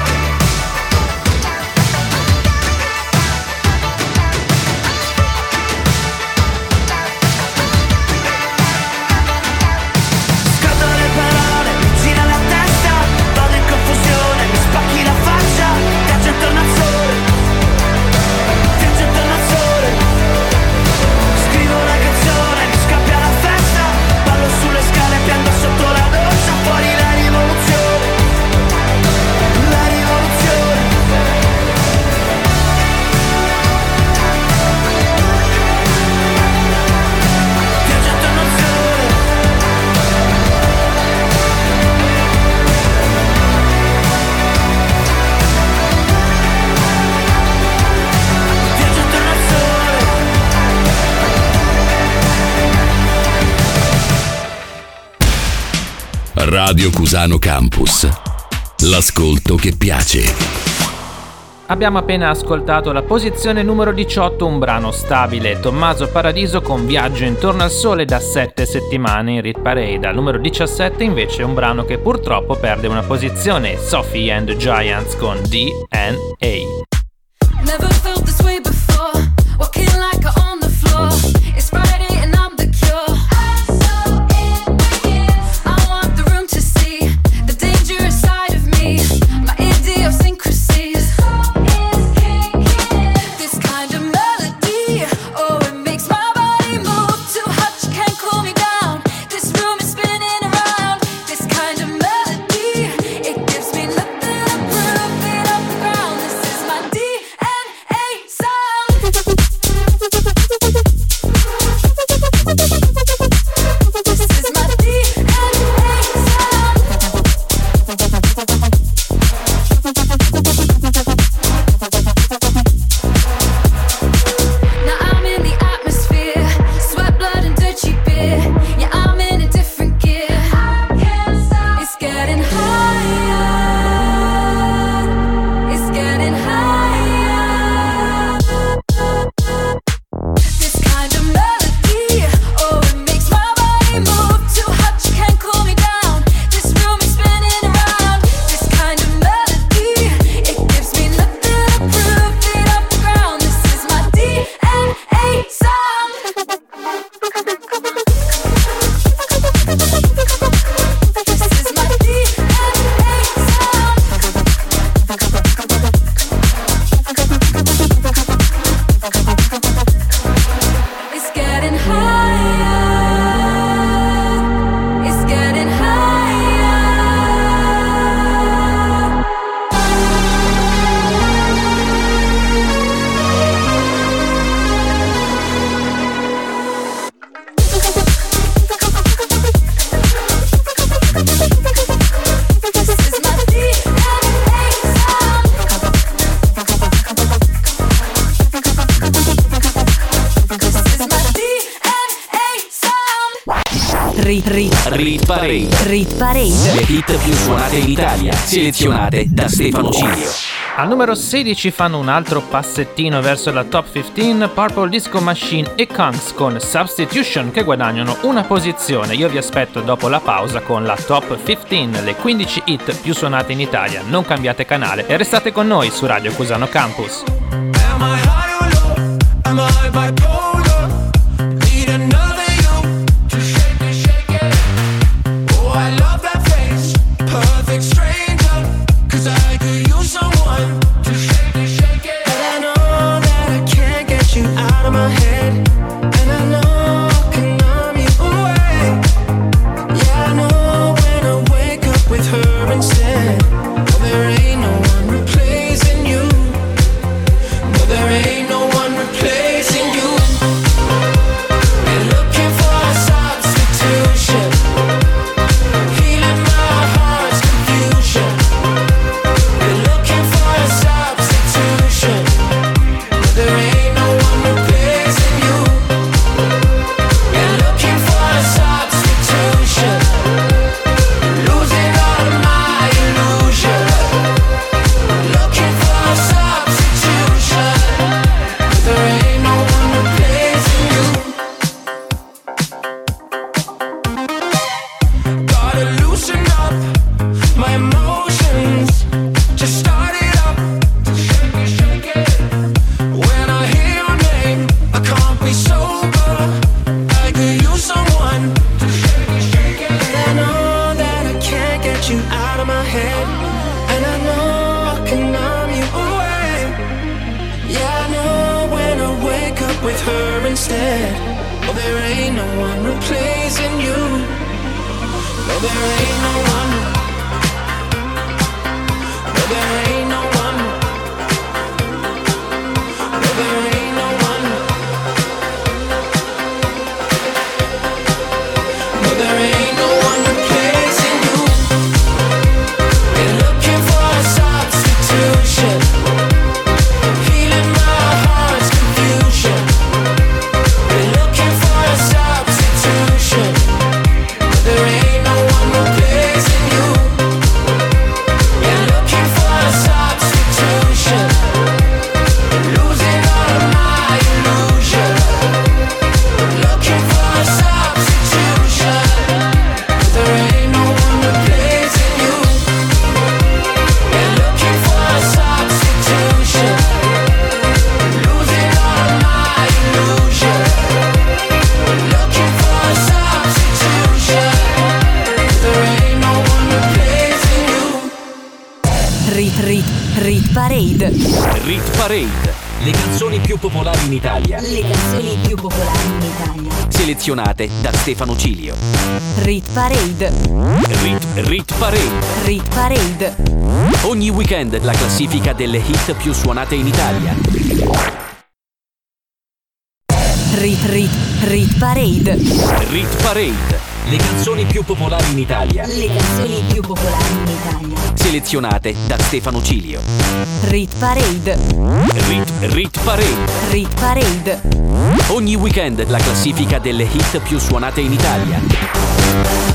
Radio Cusano Campus. L'ascolto che piace. Abbiamo appena ascoltato la posizione numero 18, un brano stabile, Tommaso Paradiso con Viaggio intorno al sole da 7 settimane in Rit Parade. Al numero 17 invece un brano che purtroppo perde una posizione, Sophie and the Giants con DNA. Never felt this way before, walking like I'm on the floor. It's Friday and I'm the cure. I want the room to see the dangerous side of me, my idiosyncrasies. This kind of melody, oh, it makes my body move. Too hot, you can't cool me down. This room is spinning around. This kind of melody, it gives me nothing to prove. Feet off the ground, this is my DNA sound. This is my DNA sound. Now I'm in the atmosphere, sweat, blood and dirty beer. Yeah, I'm in a different gear. I can't stop. It's getting higher. It's getting higher. This kind of melody, oh, it makes my body move. Too hot, you can't cool me down. This room is spinning around. This kind of melody, it gives me nothing to prove. Feet off the ground, this is my DNA sound. This is my DNA sound. It's getting higher. It's getting higher. This is my DNA sound. This is my DNA sound. Rit Parade. Rit Parade. Le hit più suonate in Italia, selezionate da Stefano Cilio. Al numero 16 fanno un altro passettino verso la top 15 Purple Disco Machine e Kunks con Substitution, che guadagnano una posizione. Io vi aspetto dopo la pausa con la top 15, le 15 hit più suonate in Italia. Non cambiate canale e restate con noi su Radio Cusano Campus. Am I high or low? Am I bipolar? Need another you to shake it. Oh, I love that face, perfect stranger. 'Cause I could use someone to shake it. But I know that I can't get you out of my head. And I know I can numb you away. Yeah, I know when I wake up with instead. Oh, there ain't no one replacing you. No, there ain't no one. No, there ain't no one. No, there ain't no one. No, there ain't no one replacing you. Been looking for a substitution. Healing my heart's confusion. Been looking for a substitution. But there ain't no one replacing you. Been looking for a substitution. Losing all of my illusion. Looking for a substitution. But there ain't no one replacing you. Been looking for a substitution. Losing all of my illusion. Looking for a substitution. There ain't no one replacing you. Rit Parade. Rit Parade. Le canzoni più popolari in Italia. Le canzoni più popolari in Italia. Selezionate da Stefano Cilio. Rit Parade. Rit Parade. Rit Parade. Ogni weekend la classifica delle hit più suonate in Italia. Rit Parade. Rit Parade. Le canzoni più popolari in Italia. Le canzoni più popolari in Italia. Selezionate da Stefano Cilio. Rit Parade. Rit Parade. Rit Parade. Ogni weekend la classifica delle hit più suonate in Italia.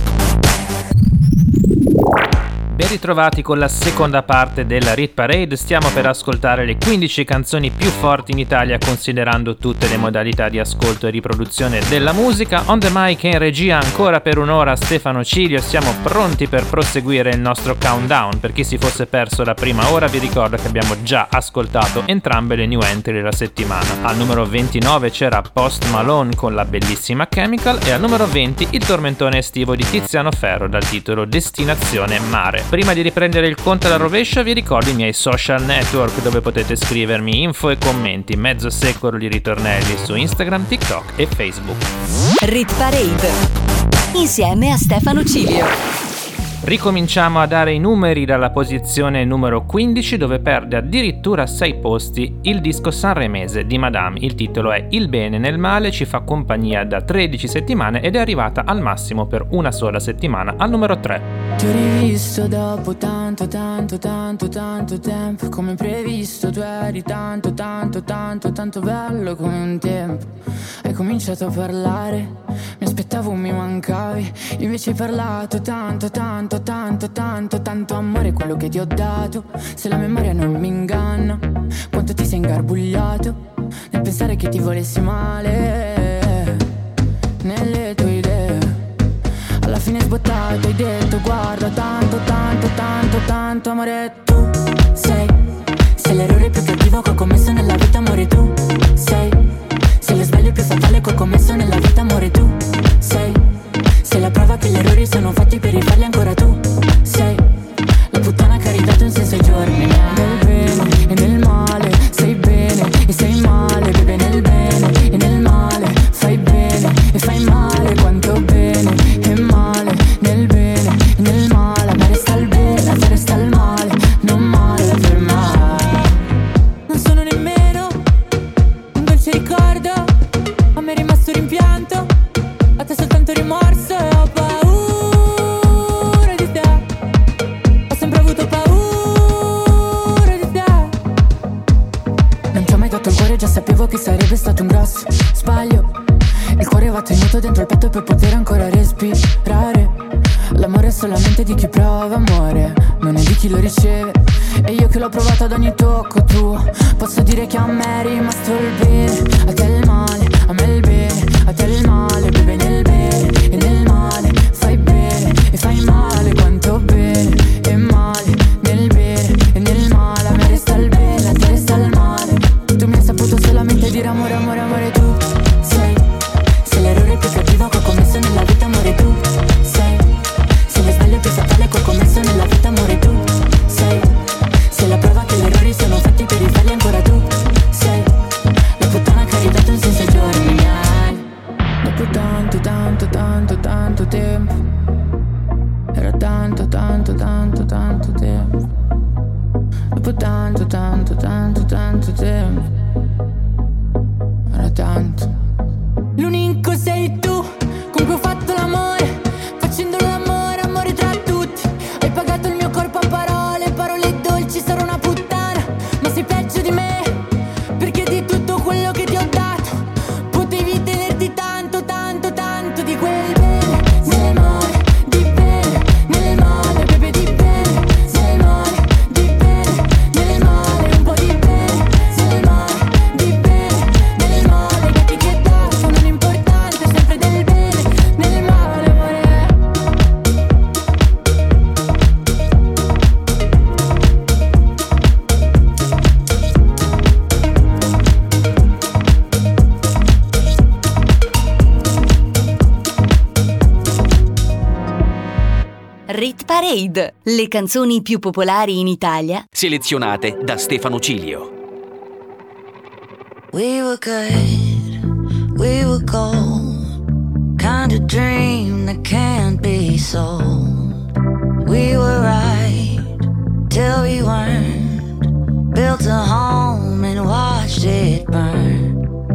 Ben ritrovati con la seconda parte della Rit Parade. Stiamo per ascoltare le 15 canzoni più forti in Italia considerando tutte le modalità di ascolto e riproduzione della musica. On the mic e in regia ancora per un'ora Stefano Cilio. Siamo pronti per proseguire il nostro countdown. Per chi si fosse perso la prima ora vi ricordo che abbiamo già ascoltato entrambe le new entry della settimana. Al numero 29 c'era Post Malone con la bellissima Chemical e al numero 20 il tormentone estivo di Tiziano Ferro dal titolo Destinazione Mare. Prima di riprendere il conto alla rovescia vi ricordo i miei social network dove potete scrivermi info e commenti, mezzo secolo di ritornelli su Instagram, TikTok e Facebook. Rit Parade insieme a Stefano Cilio. Ricominciamo a dare i numeri dalla posizione numero 15 dove perde addirittura 6 posti il disco sanremese di Madame. Il titolo è Il bene nel male, ci fa compagnia da 13 settimane ed è arrivata al massimo per una sola settimana al numero 3. Ti ho rivisto dopo tanto tempo. Come previsto tu eri tanto bello come un tempo. Hai cominciato a parlare, mi aspettavo mi mancavi. Invece hai parlato tanto amore quello che ti ho dato. Se la memoria non mi inganna, quanto ti sei ingarbugliato nel pensare che ti volessi male. Nelle tue idee alla fine sbottato hai detto guarda tanto amore tu sei l'errore più cattivo che ho commesso nella vita amore tu sei lo sbaglio più fatale che ho commesso nella vita amore tu sei la prova che gli errori sono fatti per rifarli ancora tu sei la puttana che ha ridato un senso ai giorni. Nel bene e nel male sei bene e sei male, bebe nel bene e nel male fai bene e fai male, quanto bene e male nel bene e nel male, ma resta il bene, a resta il male, non male per mai. Non sono nemmeno un dolce ricordo, a me è rimasto rimpianto, a te soltanto rimorso e ho paura di te, ho sempre avuto paura di te. Non ti ho mai dato il cuore, già sapevo che sarebbe stato un grosso sbaglio. Il cuore va tenuto dentro il petto per poter ancora respirare. L'amore è solamente di chi prova amore, non è di chi lo riceve. E io che l'ho provato ad ogni tocco tuo, posso dire che a me è rimasto il bene, a te il male, a me il bene, a te il male, bebe nel bene e nel male fai bene e fai male, quanto bene e male nel bene e nel male, a me resta il bene, a te resta il male. Tu mi hai saputo solamente dire amore, amore, amore tu sei l'errore più cattivo che ho commesso nella vita amore tu sei lo sbaglio più fatale che ho commesso nella vita amore tu sei la prova che gli errori sono fatti per rifarli ancora tu sei la puttana che ha ridato un Rit Parade, le canzoni più popolari in Italia, selezionate da Stefano Cilio. We were good, we were gold, kind of dream that can't be sold. We were right till we weren't, built a home and watched it burn.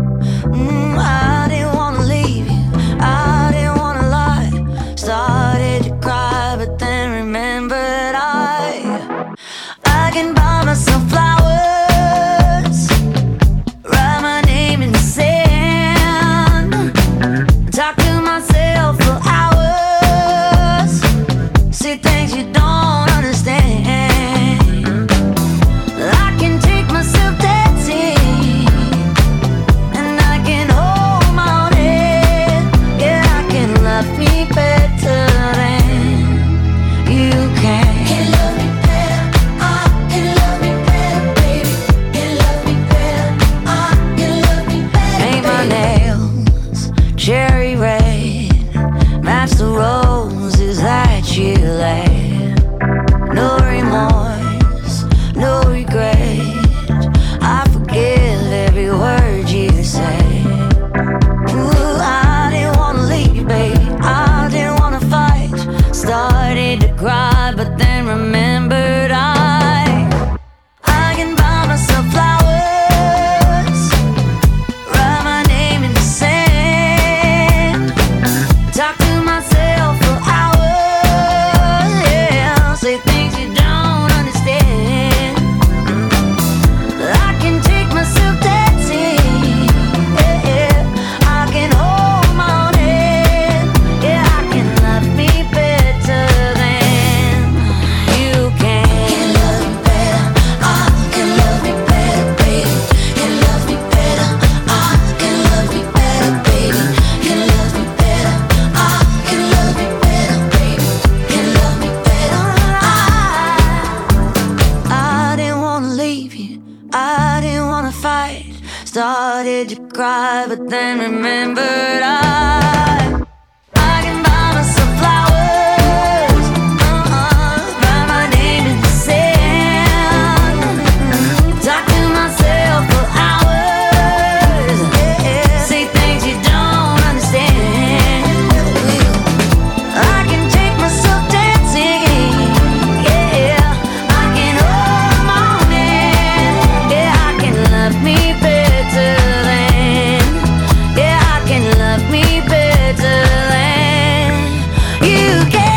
I didn't wanna leave you, I didn't wanna lie. Started to cry but then remembered I can buy myself flowers, write my name in the sand, talk to myself for hours, see things you don't understand. I can take myself dancing, and I can hold my own head. Yeah, I can love me better than you can. Can love me better, I can love me better, baby. Can love me better, I can love me better. Paint my nails cherry red, match the roses that you laid. No remorse, no regret, I forgive every word you say. Ooh, I didn't wanna leave, baby, I didn't wanna fight. Started to cry, but then remembered I can buy myself flowers, write my name in the sand, talk to myself for hours, yeah, say things you don't understand. I can take myself dancing, yeah, I can hold my own head, yeah, I can love me better than you can. Can love me better, I can love me better, baby. Can love me better, I can love me better, baby. Can love me better, I can love me better, baby. Can love me better, I didn't wanna leave you, I didn't wanna fight. Started to cry, but then remembered I can buy myself flowers, write my name in the sand, talk to myself for hours, say things you don't understand. I can take myself dancing, yeah, I can hold my own hand, yeah, I can love me better than, yeah, I can love me better than you can.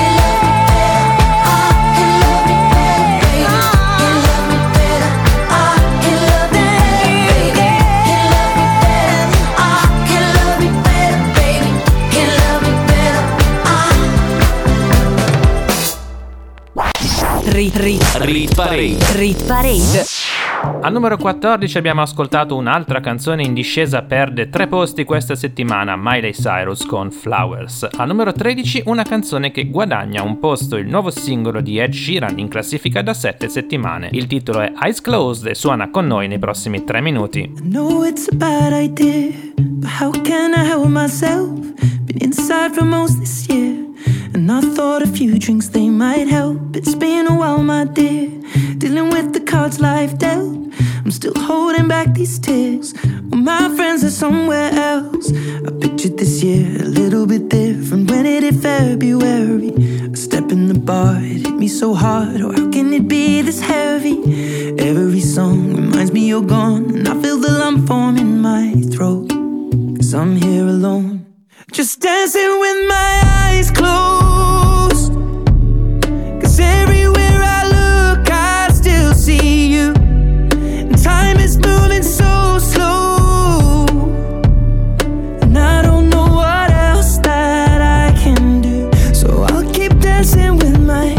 Rit Parade. Rit Parade. Al numero 14 abbiamo ascoltato un'altra canzone in discesa, perde 3 posti questa settimana, Miley Cyrus con Flowers. Al numero 13 una canzone che guadagna un posto, il nuovo singolo di Ed Sheeran in classifica da 7 settimane. Il titolo è Eyes Closed e suona con noi nei prossimi 3 minuti. I know it's a bad idea, but how can I help myself? Been inside for most this year, and I thought a few drinks they might help. It's been a while, my dear, dealing with the cards life dealt. I'm still holding back these tears, well, my friends are somewhere else. I pictured this year a little bit different. When it hit February, a step in the bar, it hit me so hard. Oh, how can it be this heavy? Every song reminds me you're gone, and I feel the lump form in my throat, 'cause I'm here alone, just dancing with my eyes closed. 'Cause everywhere I look I still see you, and time is moving so slow, and I don't know what else that I can do. So I'll keep dancing with my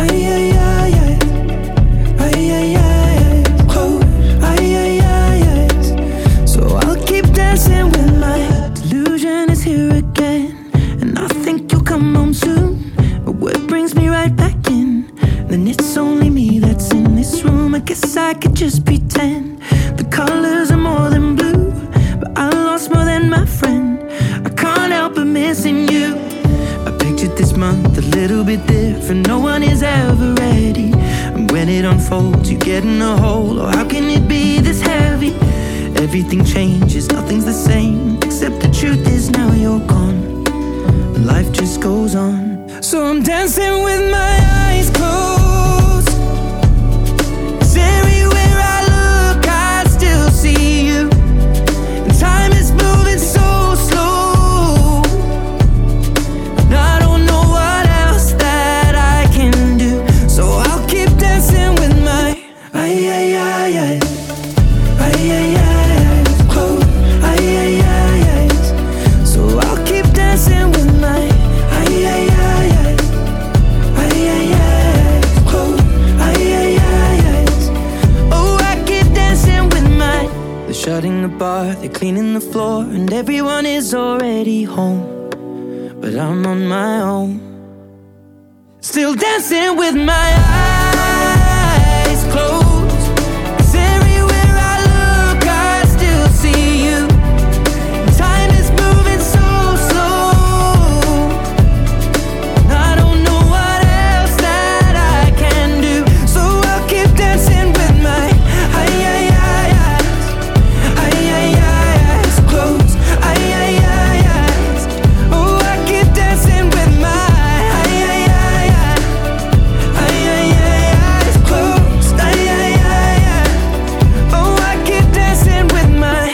so I'll keep dancing with my delusion is here again, and I think you'll come home soon. But what brings me right back in? Then it's only me that's in this room. I guess I could just pretend the colors are more than blue, but I lost more than my friend. I can't help but missing you. I pictured this month a little bit different. No one is ever ready. And when it unfolds, you get in a hole. Oh, how can it be this heavy? Everything changes, nothing's the same, except the truth is now you're gone, and life just goes on. So I'm dancing with my eyes closed, 'cause everywhere I look I still see you. And time is moving so slow, and I don't know what else that I can do. So I'll keep dancing with my eyes closed. So I'll keep dancing with my closed. Oh, I keep dancing with my. They're shutting the bar, they're cleaning the floor, and everyone is already home, but I'm on my own, still dancing with my eyes closed. 'Cause everywhere I look I still see you. Time is moving so slow, and I don't know what else that I can do. So I'll keep dancing with my eyes closed. Oh, I keep dancing with my eyes closed. Oh, I keep dancing with my.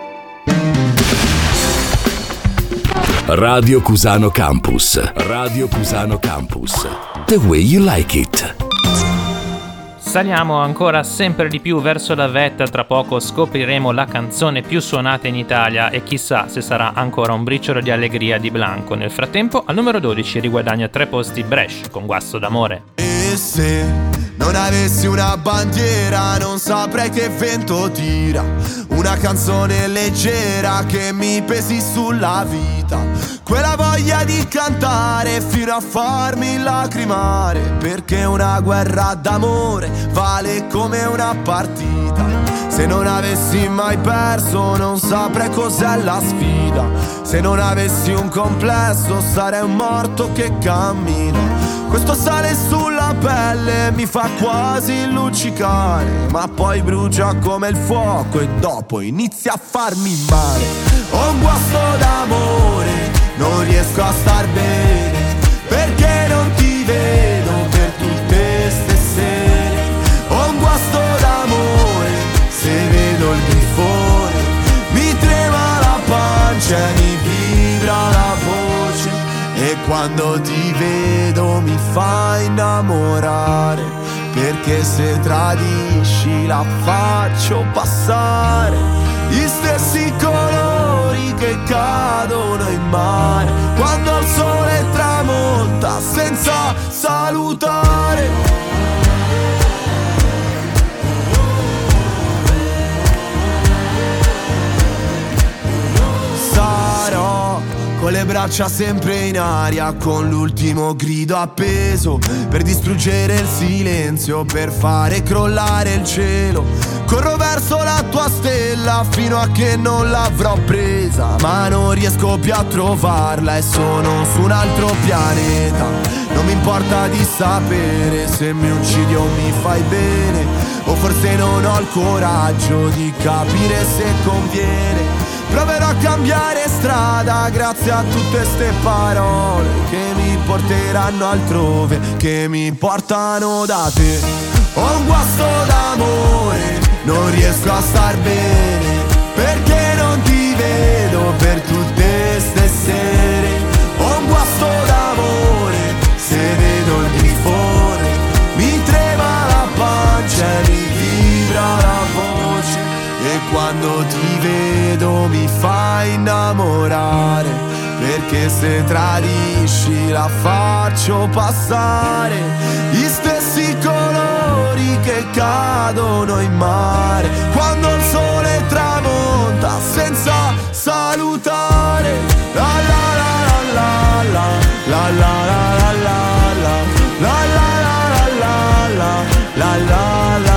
Radio Cusano Campus. Radio Cusano Campus. The way you like it. Saliamo ancora sempre di più verso la vetta, tra poco scopriremo la canzone più suonata in Italia e chissà se sarà ancora un briciolo di allegria di Blanco. Nel frattempo al numero 12 riguadagna 3 posti Brescia con Guasto d'amore. E se non avessi una bandiera non saprei che vento tira, una canzone leggera che mi pesi sulla vita, quella voglia di cantare fino a farmi lacrimare, perché una guerra d'amore vale come una partita. Se non avessi mai perso non saprei cos'è la sfida, se non avessi un complesso sarei un morto che cammina. Questo sale sulla pelle mi fa quasi luccicare, ma poi brucia come il fuoco e dopo inizia a farmi male. Ho un guasto d'amore, non riesco a star bene, perché non ti vedo per tutte ste sere. Ho un guasto d'amore, se vedo il grifone mi trema la pancia e mi vibra la voce, e quando ti vedo mi fa innamorare, perché se tradisci la faccio passare. Gli stessi colori che cadono in mare quando il sole tramonta senza salutare. Sarò con le braccia sempre in aria, con l'ultimo grido appeso per distruggere il silenzio, per fare crollare il cielo. Corro verso la tua stella fino a che non l'avrò presa, ma non riesco più a trovarla e sono su un altro pianeta. Non mi importa di sapere se mi uccidi o mi fai bene, o forse non ho il coraggio di capire se conviene. Proverò a cambiare strada grazie a tutte ste parole che mi porteranno altrove, che mi portano da te. Ho un guasto d'amore, non riesco a star bene, perché non ti vedo per tutte ste sere. Ho un guasto d'amore, se vedo il grifone mi trema la pancia e mi vibra la voce, e quando ti vedo mi fai innamorare, perché se tradisci la faccio passare. Gli stessi colori che cadono in mare quando il sole tramonta senza salutare. La la la la la la la la la la la la la la la la la la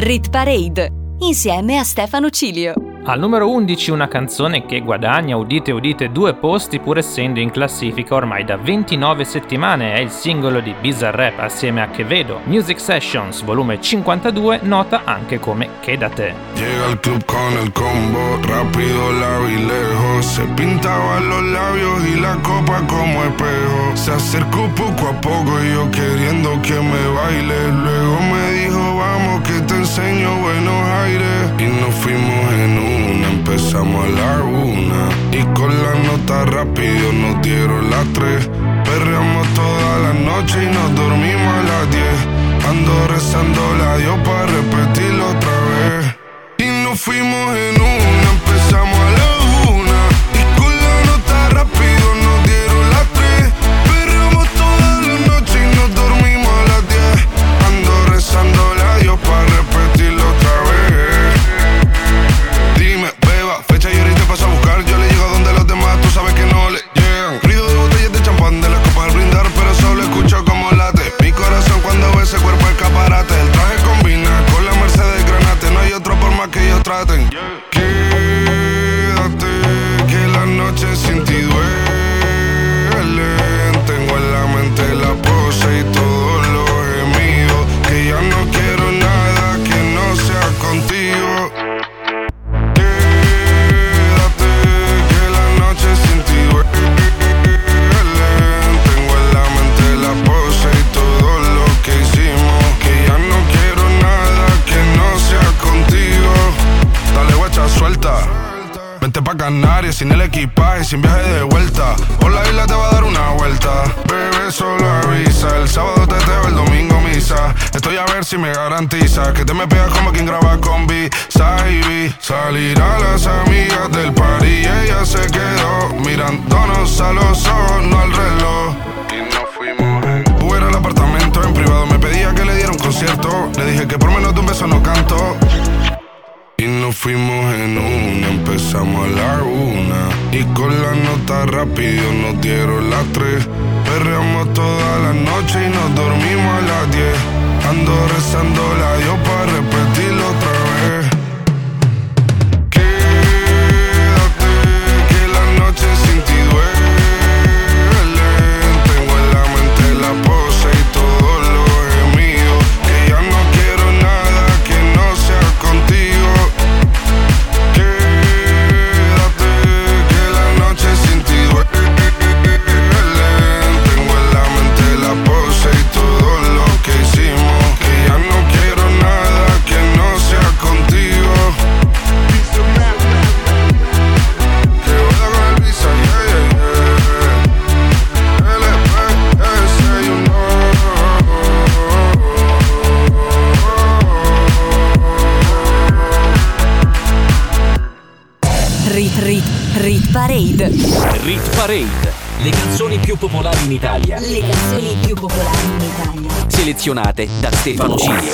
Rit Parade, insieme a Stefano Cilio. Al numero 11 una canzone che guadagna, udite udite, 2 posti pur essendo in classifica ormai da 29 settimane. È il singolo di Bizarrap assieme a Quevedo, Music Sessions, volume 52, nota anche come Quédate. Llega al club con el combo, rápido la vi lejos. Se pintaba los labios y la copa como espejo. Se acercó poco a poco y yo queriendo que me baile. Luego me dijo vamos que te enseño buenos aires. Y nos fuimos en una, empezamos a la 1. Y con la nota rápido nos dieron las 3. Perreamos toda la noche y nos dormimos a las 10. Ando rezando la Dios para repetirlo otra vez. Y nos fuimos en una, empezamos a la 1. Y con la nota rápido nos dieron las 3. Perreamos toda la noche y nos dormimos a las 10. Ando rezando la Dios para repetirlo otra vez. Dime, beba, fecha y ahorita paso a buscar. Yo le llego donde los demás, tú sabes que no le llegan. Ruido de botellas de champán, de las copas al brindar, pero solo escucho como late mi corazón cuando ve ese cuerpo escaparate. El traje combina con la Mercedes Granate. No hay otro por más que ellos traten. Quédate, que la noche sin ti duele. Tengo en la mente la pose y todos los gemidos. Que ya no quiero nada que no sea contigo. Quédate, que la noche sin ti duele. Tengo en la mente la pose y todo lo que hicimos. Que ya no quiero nada que no sea contigo. Dale guacha, suelta. Vente pa' Canarias sin el equipaje, sin viaje de vuelta. Por la isla te va a dar una vuelta. Bebé, solo avisa. El sábado teteo, el domingo misa. Estoy a ver si me garantiza que te me pegas como quien graba con B-Side. Salir a las amigas del party y ella se quedó mirándonos a los ojos, no al reloj. Y nos fuimos en Uber al apartamento en privado. Me pedía que le diera un concierto. Le dije que por menos de un beso no canto. Y nos fuimos en una, empezamos a la 1. Y con la nota rápido nos dieron las 3. Perreamos toda la noche y nos dormimos a las 10. Ando rezando la Dios para repetirlo otra vez. Quédate, que la noche sin ti duele. Tengo en la mente la pose y todos los gemidos. Que ya no quiero nada que no sea contigo. Quédate, que la noche sin ti duele. Tengo en la mente la pose y todo lo que hicimos. Que ya no quiero nada que no sea contigo. Que voy con el visa, yeah, yeah, yeah. LPS, you know. Rit Parade. Rit Parade, le canzoni più popolari in Italia. Le canzoni più popolari in Italia. Selezionate da Stefano Cilio.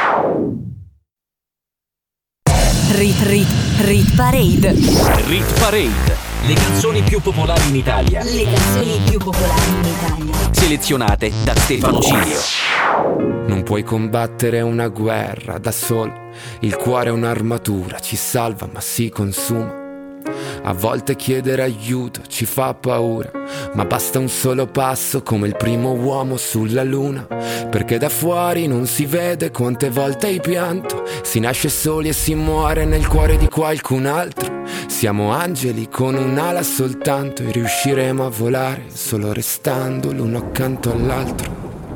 Rit Parade. Rit Parade, le canzoni più popolari in Italia. Le canzoni più popolari in Italia. Selezionate da Stefano Cilio. Non puoi combattere una guerra da solo. Il cuore è un'armatura, ci salva ma si consuma. A volte chiedere aiuto ci fa paura, ma basta un solo passo come il primo uomo sulla luna. Perché da fuori non si vede quante volte hai pianto. Si nasce soli e si muore nel cuore di qualcun altro. Siamo angeli con un'ala soltanto e riusciremo a volare solo restando l'uno accanto all'altro.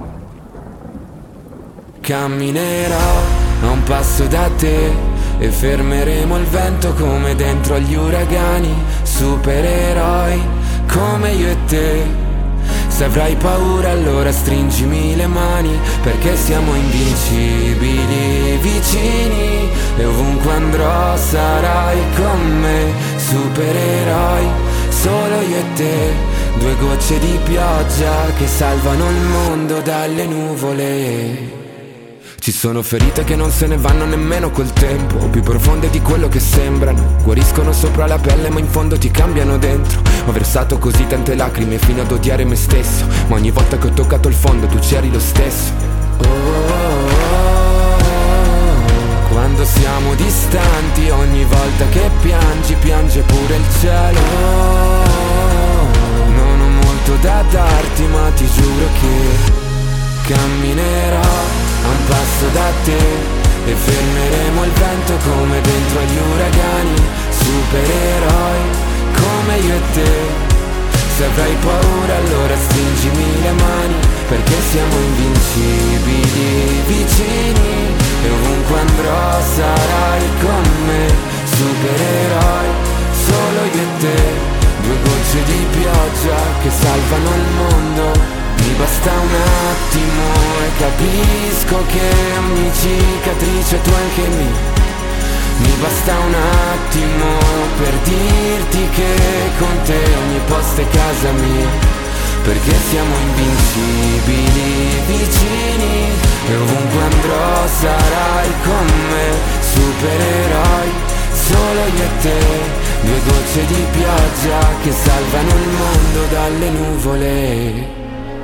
Camminerò a un passo da te e fermeremo il vento come dentro agli uragani. Supereroi come io e te. Se avrai paura allora stringimi le mani, perché siamo invincibili vicini. E ovunque andrò sarai con me. Supereroi solo io e te. 2 gocce di pioggia che salvano il mondo dalle nuvole. Ci sono ferite che non se ne vanno nemmeno col tempo, più profonde di quello che sembrano. Guariscono sopra la pelle ma in fondo ti cambiano dentro. Ho versato così tante lacrime fino ad odiare me stesso, ma ogni volta che ho toccato il fondo tu c'eri lo stesso. quando siamo distanti, ogni volta che piangi, piange pure il cielo. Non ho molto da darti, ma ti giuro che camminerò a un passo da te e fermeremo il vento come dentro agli uragani. Supereroi come io e te. Se avrai paura allora stringimi le mani, perché siamo invincibili, vicini, e ovunque andrò sarai con me. Supereroi, solo io e te, due gocce di pioggia che salvano il mondo. Mi basta un attimo e capisco che ogni cicatrice tu anche me. Mi basta un attimo per dirti che con te ogni posto è casa mia, perché siamo invincibili, vicini, e ovunque andrò sarai con me. Supereroi, solo io e te, due gocce di pioggia che salvano il mondo dalle nuvole.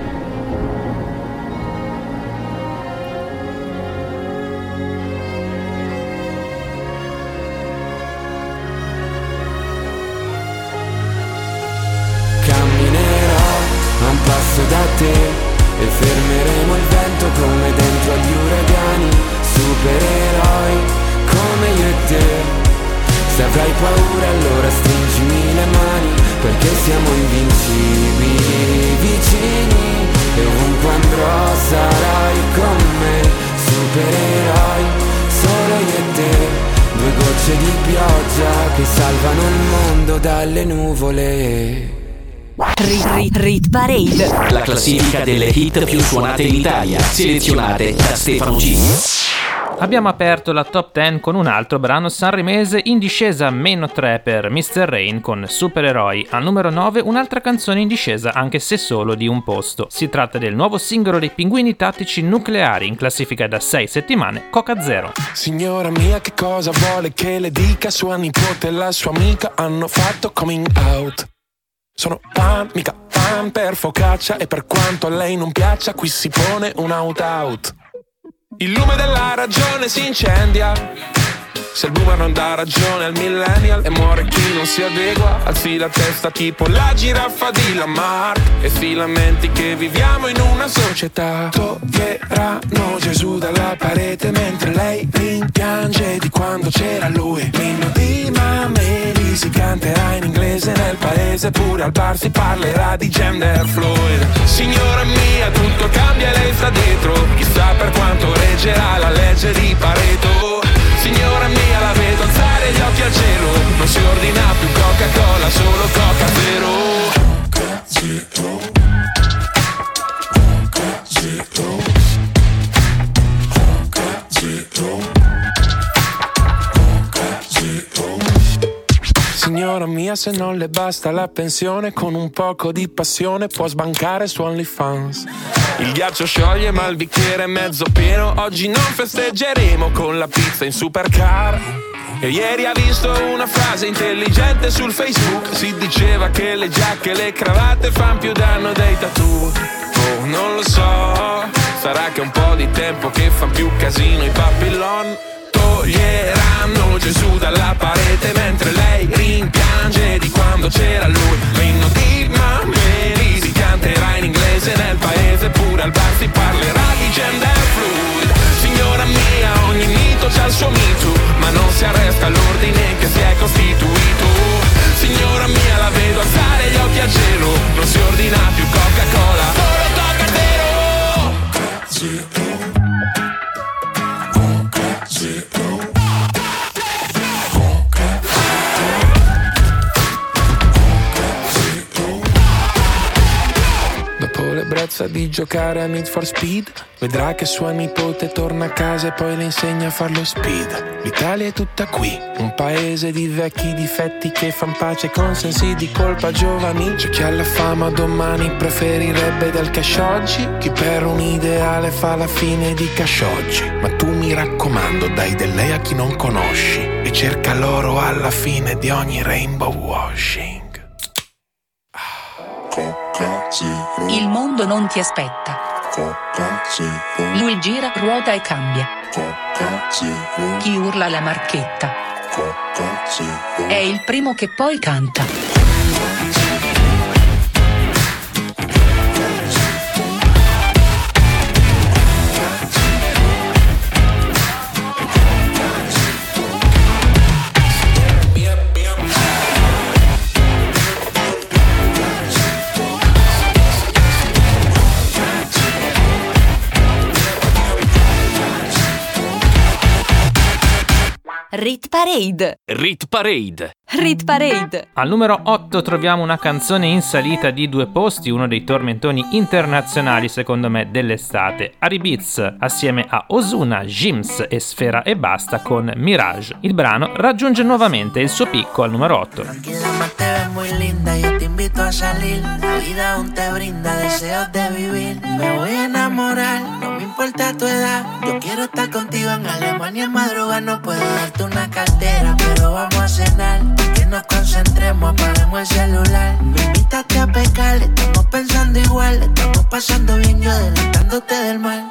Da te e fermeremo il vento come dentro agli uragani. Supereroi come io e te. Se avrai paura allora stringimi le mani, perché siamo invincibili, vicini, e ovunque andrò sarai con me. Supereroi, solo io e te, due gocce di pioggia che salvano il mondo dalle nuvole. Rit Parade, la classifica delle hit più suonate in Italia, selezionate da Stefano G. Abbiamo aperto la top 10 con un altro brano sanremese in discesa -3 per Mr. Rain con Supereroi. Al numero 9 un'altra canzone in discesa anche se solo di un posto. Si tratta del nuovo singolo dei Pinguini Tattici Nucleari, in classifica da 6 settimane, Coca Zero. Signora mia, che cosa vuole che le dica? Sua nipote e la sua amica hanno fatto coming out. Sono pan, mica pan per focaccia, e per quanto a lei non piaccia qui si pone un out. Il lume della ragione si incendia, se il boomer non dà ragione al millennial, e muore chi non si adegua, alzi la testa tipo la giraffa di Lamarck. E si lamenti che viviamo in una società. Toglieranno Gesù dalla parete mentre lei rimpiange di quando c'era lui. L'inno di Mameli si canterà in inglese nel paese, pure al bar si parlerà di gender fluid. Signora mia, tutto cambia e lei sta dietro, chissà per quanto reggerà la legge di Pareto. Signora mia, la vedo alzare gli occhi al cielo, non si ordina più Coca-Cola, solo Coca Zero. Coca Zero, Coca Zero, Coca Zero, Coca Zero. Signora mia, se non le basta la pensione, con un poco di passione può sbancare su OnlyFans. Il ghiaccio scioglie ma il bicchiere è mezzo pieno, oggi non festeggeremo con la pizza in supercar. E ieri ha visto una frase intelligente sul Facebook, si diceva che le giacche e le cravatte fan più danno dei tattoo. Oh, non lo so, sarà che è un po' di tempo che fan più casino i Babylon. Toglieranno Gesù dalla parete mentre lei rimpiange di quando c'era lui. L'inno di Mameli si canterà in inglese nel paese, pure al bar si parlerà di gender fluid. Signora mia, ogni mito c'ha il suo mito, ma non si arresta all'ordine che si è costituito. Signora mia, la vedo alzare gli occhi al cielo, non si ordina più Coca-Cola, solo Coca Zero. Coca Zero. Dopo l'ebbrezza di giocare a Need for Speed, vedrà che sua nipote torna a casa e poi le insegna a farlo speed. L'Italia è tutta qui, un paese di vecchi difetti che fan pace con sensi di colpa giovani. C'è chi alla fama domani preferirebbe del cash oggi, chi per un ideale fa la fine di cash oggi. Ma tu mi raccomando, dai del lei a chi non conosci e cerca l'oro alla fine di ogni rainbow washing. Il mondo non ti aspetta. Lui gira, ruota e cambia. Chi urla la marchetta è il primo che poi canta. Rit Parade. Rit Parade. Rit Parade. Al numero 8 troviamo una canzone in salita di 2 posti, uno dei tormentoni internazionali secondo me dell'estate. Ari Beats assieme a Ozuna, Jims e Sfera e Basta con Mirage. Il brano raggiunge nuovamente il suo picco al numero 8. Muy linda, yo te invito a salir. La vida aún te brinda deseos de vivir. Me voy a enamorar, no me importa tu edad. Yo quiero estar contigo en Alemania en madrugada. No puedo darte una cartera, pero vamos a cenar. Que nos concentremos, apaguemos el celular. Me invitaste a pecar, estamos pensando igual. Estamos pasando bien, yo adelantándote del mal.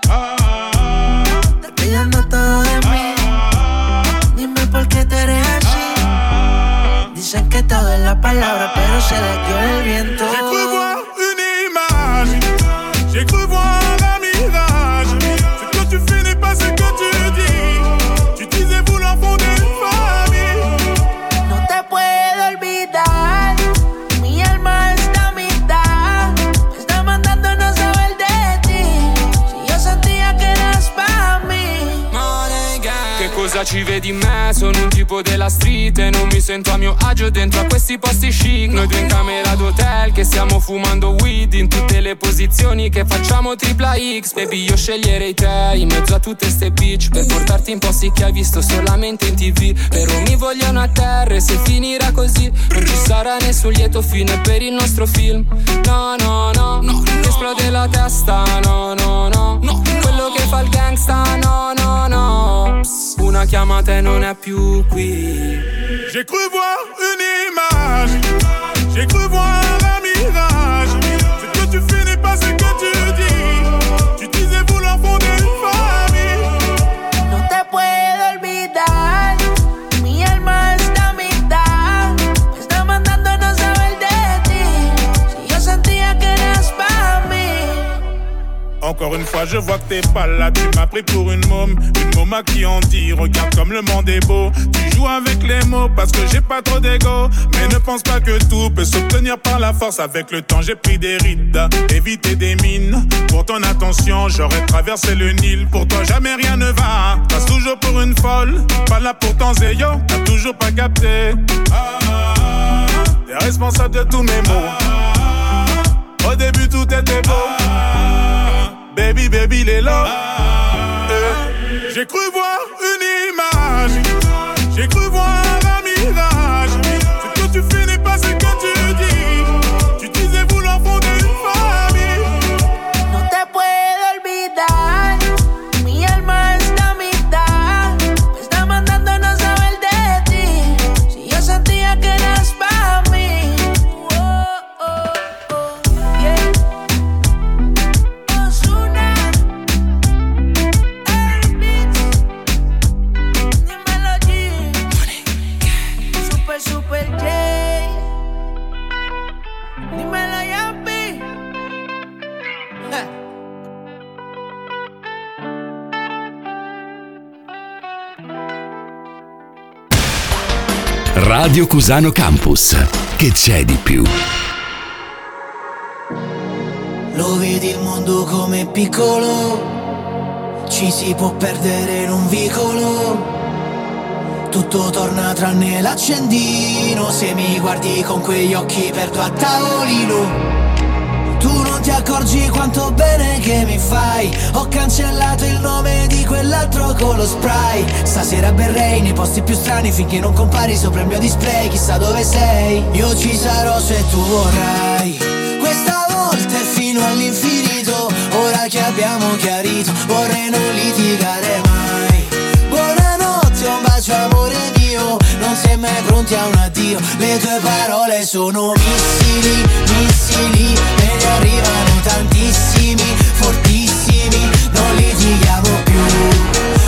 Te pidiendo todo de mí. Dime por qué te eres así. Dicen que todo es la palabra, pero se la dio el viento. J'ai cru voir une image, j'ai cru voir un mirage. Ce que tu fais n'est pas ce que tu dis. Tu disais vouloir fonder une famille. No te puedo olvidar, mi alma está a mitad. Me está mandando no saber de ti. Si yo sentía que eras para mí. Che cosa ci vedi in me? Sono un tipo della street e non mi sento a mio agio dentro a questi posti chic. Noi due in camera d'hotel che stiamo fumando weed in tutte le posizioni che facciamo tripla X. Baby, io sceglierei te in mezzo a tutte ste bitch per portarti in posti che hai visto solamente in TV. Però mi vogliono a terra e se finirà così non ci sarà nessun lieto fine per il nostro film. No, no, no, no, che esplode la testa. No, no, no, no, quello che fa il gangsta. No, no, no. Psst, una chiamata e non è più qui. J'ai cru voir une image, j'ai cru voir un mirage. Ce que tu fais n'est pas ce que tu dis. Tu disais vouloir fonder une famille. No te puedo olvidar, mi alma está a mitad. Me está mandando no saber de ti. Si yo sentía que eras para mí. Encore une fois je vois que t'es pas là. Tu m'as pris pour une môme à qui on dit. Regarde comme le monde est beau. Tu joues avec les mots parce que j'ai pas trop d'ego. Mais ne pense pas que tout peut s'obtenir par la force. Avec le temps j'ai pris des rides, éviter des mines. Pour ton attention j'aurais traversé le Nil. Pour toi jamais rien ne va. Passe toujours pour une folle. Pas là pour ton zéyo, t'as toujours pas capté. T'es responsable de tous mes mots. Au début tout était beau. Baby, baby, les lots. J'ai cru voir une image, j'ai cru voir un mirage. Ce que tu fais n'est pas ce que tu dis. Tu disais vouloir fonder une famille. No te puedo olvidar, mi alma está a mitad. Me está mandando no saber de ti. Si yo sentía que eras para mí. Yeah. Ozuna, Super J. Dímelo, Yampi. Radio Cusano Campus. Che c'è di più? Lo vedi il mondo come piccolo, ci si può perdere in un vicolo. Tutto torna tranne l'accendino. Se mi guardi con quegli occhi perdo a tavolino. Tu non ti accorgi quanto bene che mi fai. Ho cancellato il nome di quell'altro con lo spray. Stasera berrei nei posti più strani finché non compari sopra il mio display. Chissà dove sei, io ci sarò se tu vorrai. Questa volta è fino all'infinito. Ora che abbiamo chiarito vorrei non litigare mai. Buonanotte, un bacio amore mio. Non sei mai pronti a un addio. Le tue parole sono missili, missili. E ne arrivano tantissimi, fortissimi. Non litighiamo più.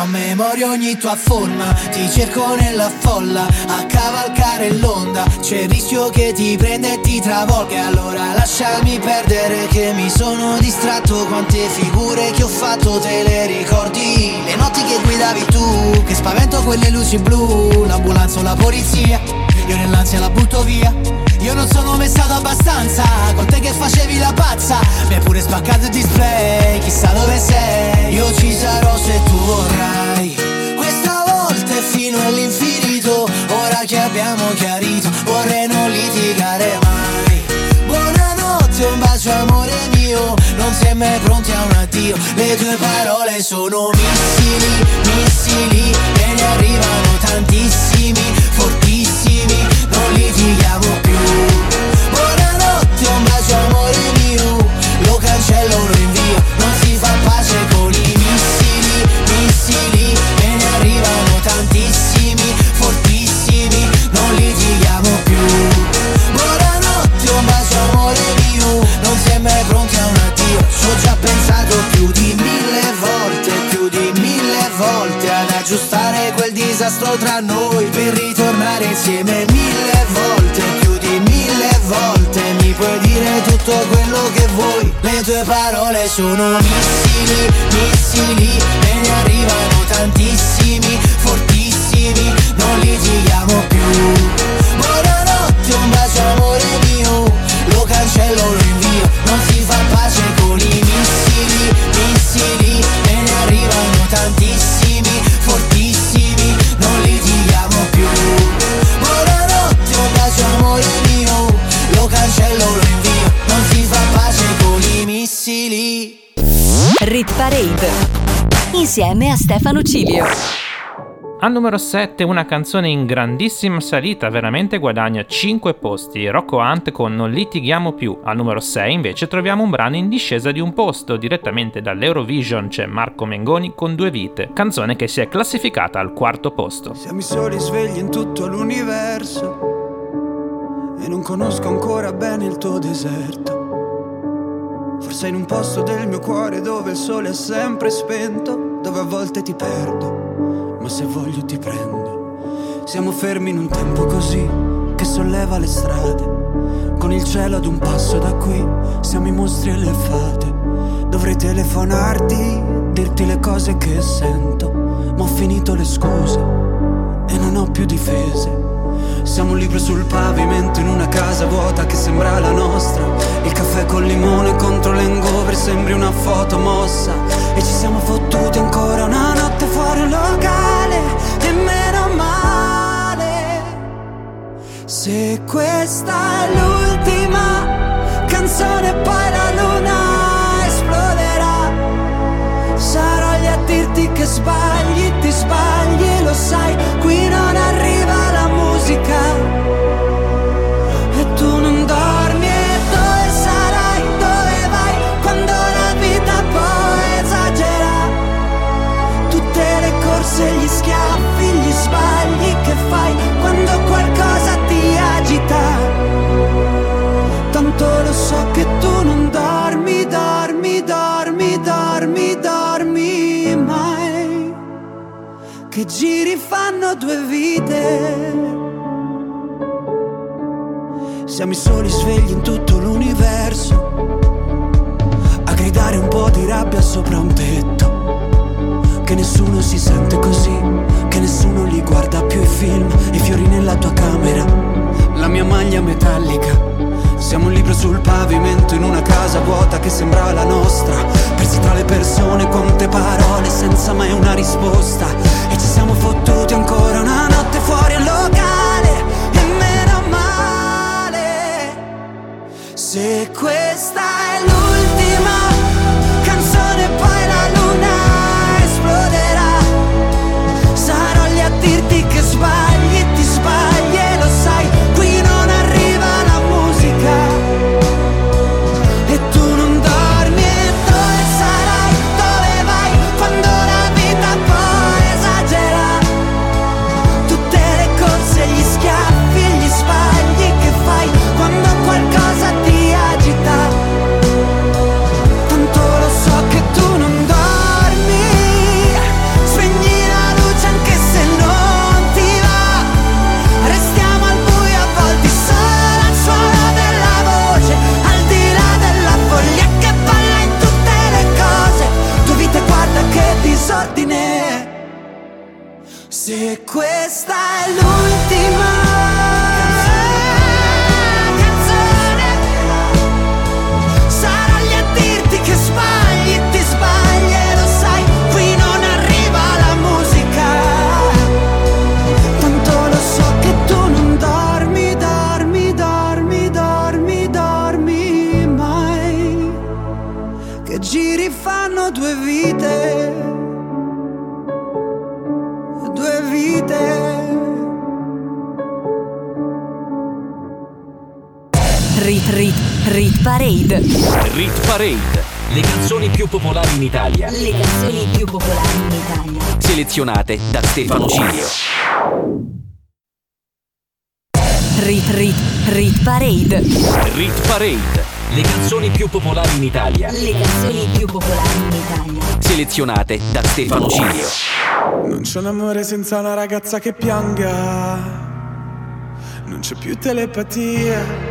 a memoria ogni tua forma, ti cerco nella folla, a cavalcare l'onda. C'è il rischio che ti prenda e ti travolga, allora lasciami perdere che mi sono distratto. Quante figure che ho fatto te le ricordi? Le notti che guidavi tu, che spavento quelle luci blu, l'ambulanza o la polizia, io nell'ansia la butto via. Io non sono mai stato abbastanza con te che facevi la pazza, mi hai pure spaccato il display, chissà dove sei. Io ci sarò se tu vorrai, questa volta è fino all'infinito. Ora che abbiamo chiarito, vorrei non litigare mai. Buonanotte, un bacio amore mio, non si è mai pronti a un addio. Le tue parole sono missili, missili, e ne arrivano tantissimi, fortissimi, non litighiamo più. Buonanotte, un bacio amore mio, lo cancello, lo invio, non si fa pace con i missili, missili, e ne arrivano tantissimi, fortissimi, non litighiamo più. Buonanotte, un bacio amore mio, non si è mai pronti a un addio. Ci ho già pensato più di 1000 volte ad aggiustare quel disastro tra noi, per ritornare insieme 1000 volte, più di 1000 volte. Mi puoi dire tutto quello che vuoi, le tue parole sono missili, missili, e ne arrivano tantissimi, fortissimi, non litighiamo più. Buonanotte, un bacio amore mio, lo cancello, lo invio, non si fa pace con i missili, missili, e ne arrivano tantissimi, fortissimi, non litighiamo più. Buonanotte, un bacio amore mio, lo cancello, lo invio, non si fa pace con i missili. Rit Parade insieme a Stefano Cilio. Al numero 7 una canzone in grandissima salita, veramente guadagna 5 posti, Rocco Hunt con Non litighiamo più. Al numero 6 invece troviamo un brano in discesa di un posto, direttamente dall'Eurovision c'è Marco Mengoni con Due vite, canzone che si è classificata al 4° posto. Siamo i soli svegli in tutto l'universo e non conosco ancora bene il tuo deserto. Forse in un posto del mio cuore dove il sole è sempre spento, dove a volte ti perdo, ma se voglio ti prendo. Siamo fermi in un tempo così che solleva le strade, con il cielo ad un passo da qui, siamo i mostri e le fate. Dovrei telefonarti, dirti le cose che sento, ma ho finito le scuse e non ho più difese. Siamo un libro sul pavimento in una casa vuota che sembra la nostra. Il caffè col limone contro l'hangover sembri una foto mossa. E ci siamo fottuti ancora una notte fuori un locale, e meno male. Se questa è l'ultima canzone poi la luna esploderà, sarò lì a dirti che sbagli, ti sbagli, lo sai. Qui non arriva la musica e tu non dormi. E dove sarai, dove vai, quando la vita poi esagera? Tutte le corse, gli schiaffi, gli sbagli che fai quando qualcosa ti agita. Tanto lo so che tu non dormi, dormi, dormi, dormi, dormi mai. Che giri fanno due vite. Siamo i soli svegli in tutto l'universo, a gridare un po' di rabbia sopra un tetto. Che nessuno si sente così, che nessuno li guarda più i film. I fiori nella tua camera, la mia maglia metallica. Siamo un libro sul pavimento in una casa vuota che sembra la nostra. Persi tra le persone, quante parole senza mai una risposta. E ci siamo fottuti ancora una notte fuori al locale, e meno male. Se questa è l'ultima canzone poi la luna esploderà, sarò lì a dirti che sbagli, ti sbagli e lo sai. Qui non arriva la musica e tu non dormi. E dove sarai, dove vai, quando la vita poi esagera? Tutte le corse, gli schiaffi, gli sbagli che fai quando qualcosa ti agita. E questa è l'ultima canzone. Sarò lì a dirti che sbagli, ti sbagli e lo sai, qui non arriva la musica. Tanto lo so che tu non dormi, dormi, dormi, dormi, dormi mai. Che giri fanno due vite. Due vite. Rit Parade. Rit Parade. Le canzoni più popolari in Italia. Le canzoni più popolari in Italia. Selezionate da Stefano Cilio. Rit Parade. Rit Parade. Le canzoni più popolari in Italia. Le canzoni più popolari in Italia. Selezionate da Stefano Cilio. Non c'è un amore senza una ragazza che pianga. Non c'è più telepatia.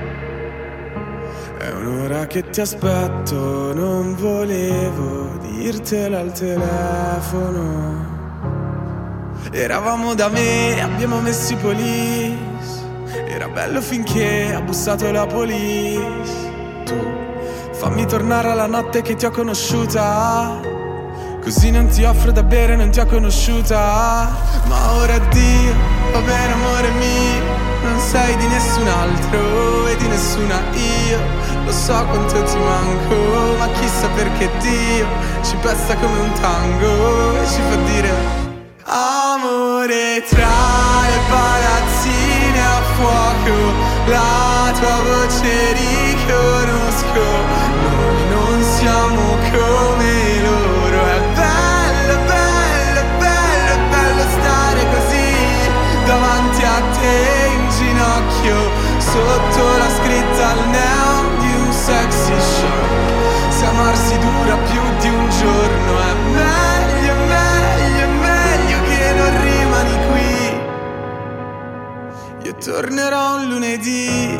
È un'ora che ti aspetto, non volevo dirtelo al telefono. Eravamo da me, abbiamo messo i police. Era bello finché ha bussato la police. Tu fammi tornare alla notte che ti ho conosciuta, così non ti offro da bere, non ti ho conosciuta. Ma ora addio, va bene amore mio. Non sei di nessun altro e di nessuna io. Lo so quanto ti manco, ma chissà perché Dio ci pesta come un tango e ci fa dire amore tra le palazzine a fuoco. La tua voce riconosco. Noi non siamo come loro. È bello, bello, bello, bello stare così davanti a te in ginocchio, sotto la scritta al neon di un sexy show. Se amarsi dura più di un giorno è meglio, meglio, meglio che non rimani qui. Io tornerò un lunedì.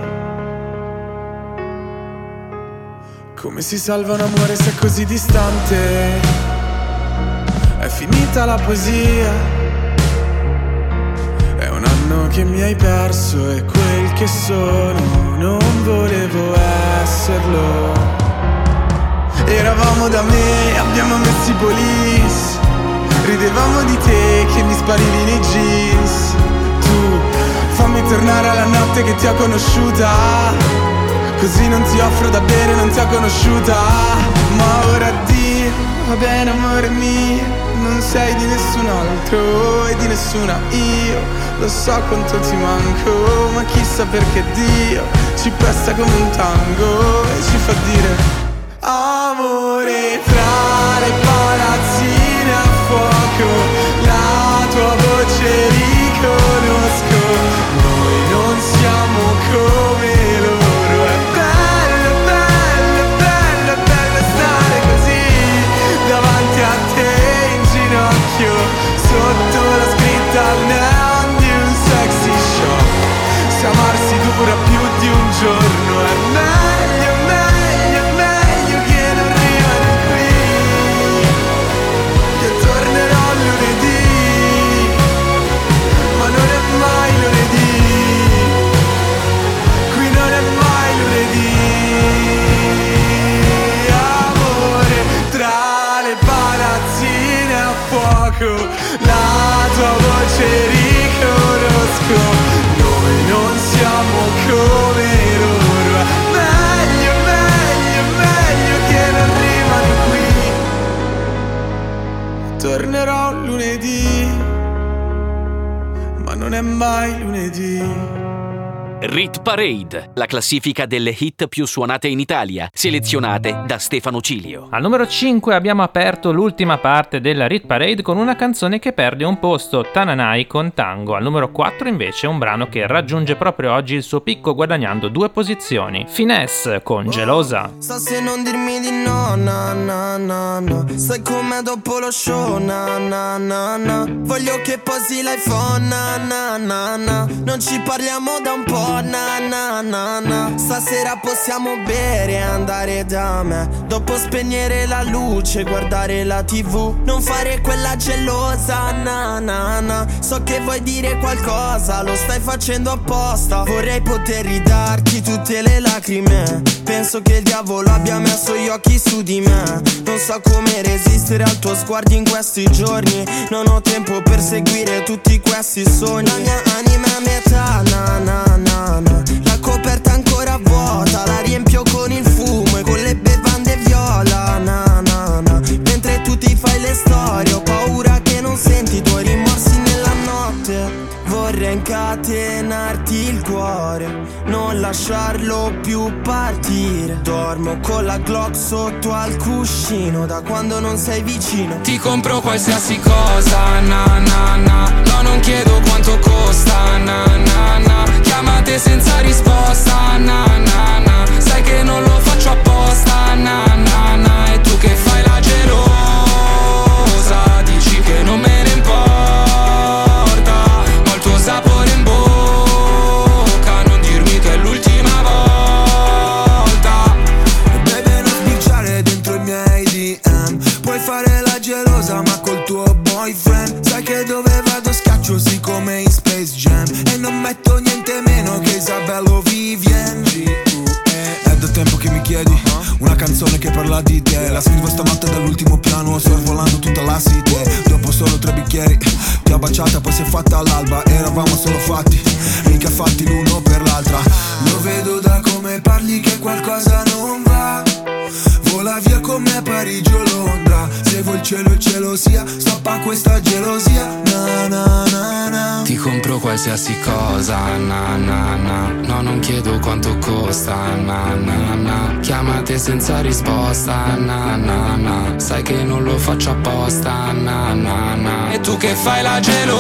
Come si salva un amore se è così distante? È finita la poesia. È un anno che mi hai perso e quel che sono non volevo esserlo. Eravamo da me, abbiamo messo i police. Ridevamo di te che mi sparivi nei jeans. Tu fammi tornare alla notte che ti ho conosciuta, così non ti offro da bere, non ti ho conosciuta. Ma ora addio, va bene amore mio. Non sei di nessun altro e di nessuna io. Lo so quanto ti manco, ma chissà perché Dio ci pesta come un tango e ci fa dire amore tra le palazzine a fuoco. La tua voce riconosco. Noi non siamo come loro. È bello, bello, bello, bello stare così davanti a te in ginocchio, sotto la scritta al neon di un sexy show. Se amarsi dura più di un giorno è meglio, meglio, meglio che non rimani qui. Io tornerò lunedì, ma non è mai lunedì. Qui non è mai lunedì. Amore tra le palazzine a fuoco. La tua voce riconosco. Noi non siamo come loro. Meglio, meglio, meglio che non rimani qui. Tornerò lunedì, ma non è mai lunedì. Rit Parade, la classifica delle hit più suonate in Italia, selezionate da Stefano Cilio. Al numero 5 abbiamo aperto l'ultima parte della Rit Parade con una canzone che perde un posto, Tananai con Tango. Al numero 4 invece un brano che raggiunge proprio oggi il suo picco guadagnando 2 posizioni, Finesse con Gelosa. Sta se non dirmi di no, na na na na. Sai com'è dopo lo show, na na na na. Voglio che posi l'iPhone, na na na na. Non ci parliamo da un po', na na na na. Stasera possiamo bere e andare da me. Dopo spegnere la luce, guardare la TV. Non fare quella gelosa, na na na. So che vuoi dire qualcosa, lo stai facendo apposta. Vorrei poter ridarti tutte le lacrime. Penso che il diavolo abbia messo gli occhi su di me. Non so come resistere al tuo sguardo in questi giorni. Non ho tempo per seguire tutti questi sogni. La mia anima è a metà, na na na na. La coperta ancora vuota, la riempio con il fumo e con le bevande viola, na na na. Mentre tu ti fai le storie, ho paura che non senti i tuoi rimorsi nella notte. Vorrei incatenarti il cuore, non lasciarlo più partire. Dormo con la Glock sotto al cuscino, da quando non sei vicino. Ti compro qualsiasi cosa, na na na. No, non chiedo quanto costa, na na na. Chiamate senza risposta, na na na. Sai che non lo faccio apposta, na na na. E tu che fai la gelosa, dici che non me ne importa, ma il tuo sapore in bocca, non dirmi che è l'ultima volta. Baby, non spicciare dentro i miei DM. Puoi fare la gelosa ma col tuo boyfriend. Sai che dove vado schiaccio sì come in Space Jam. E non metto niente meno che Isabello Vivien. È da tempo che mi chiedi una canzone che parla di te. La scrivo stanotte dall'ultimo piano, sorvolando tutta la city. Dopo solo 3 bicchieri ti ho baciata, poi si è fatta all'alba. Eravamo solo fatti, mica fatti l'uno per l'altra. Lo vedo da come parli che qualcosa non va. Vola via con me a Parigi o Londra. Se vuoi il cielo sia, stoppa questa gelosia, na na na na. Ti compro qualsiasi cosa, na na na. No, non chiedo quanto costa, na na na. Chiamate senza risposta, na na na. Sai che non lo faccio apposta, na na na. E tu che fai la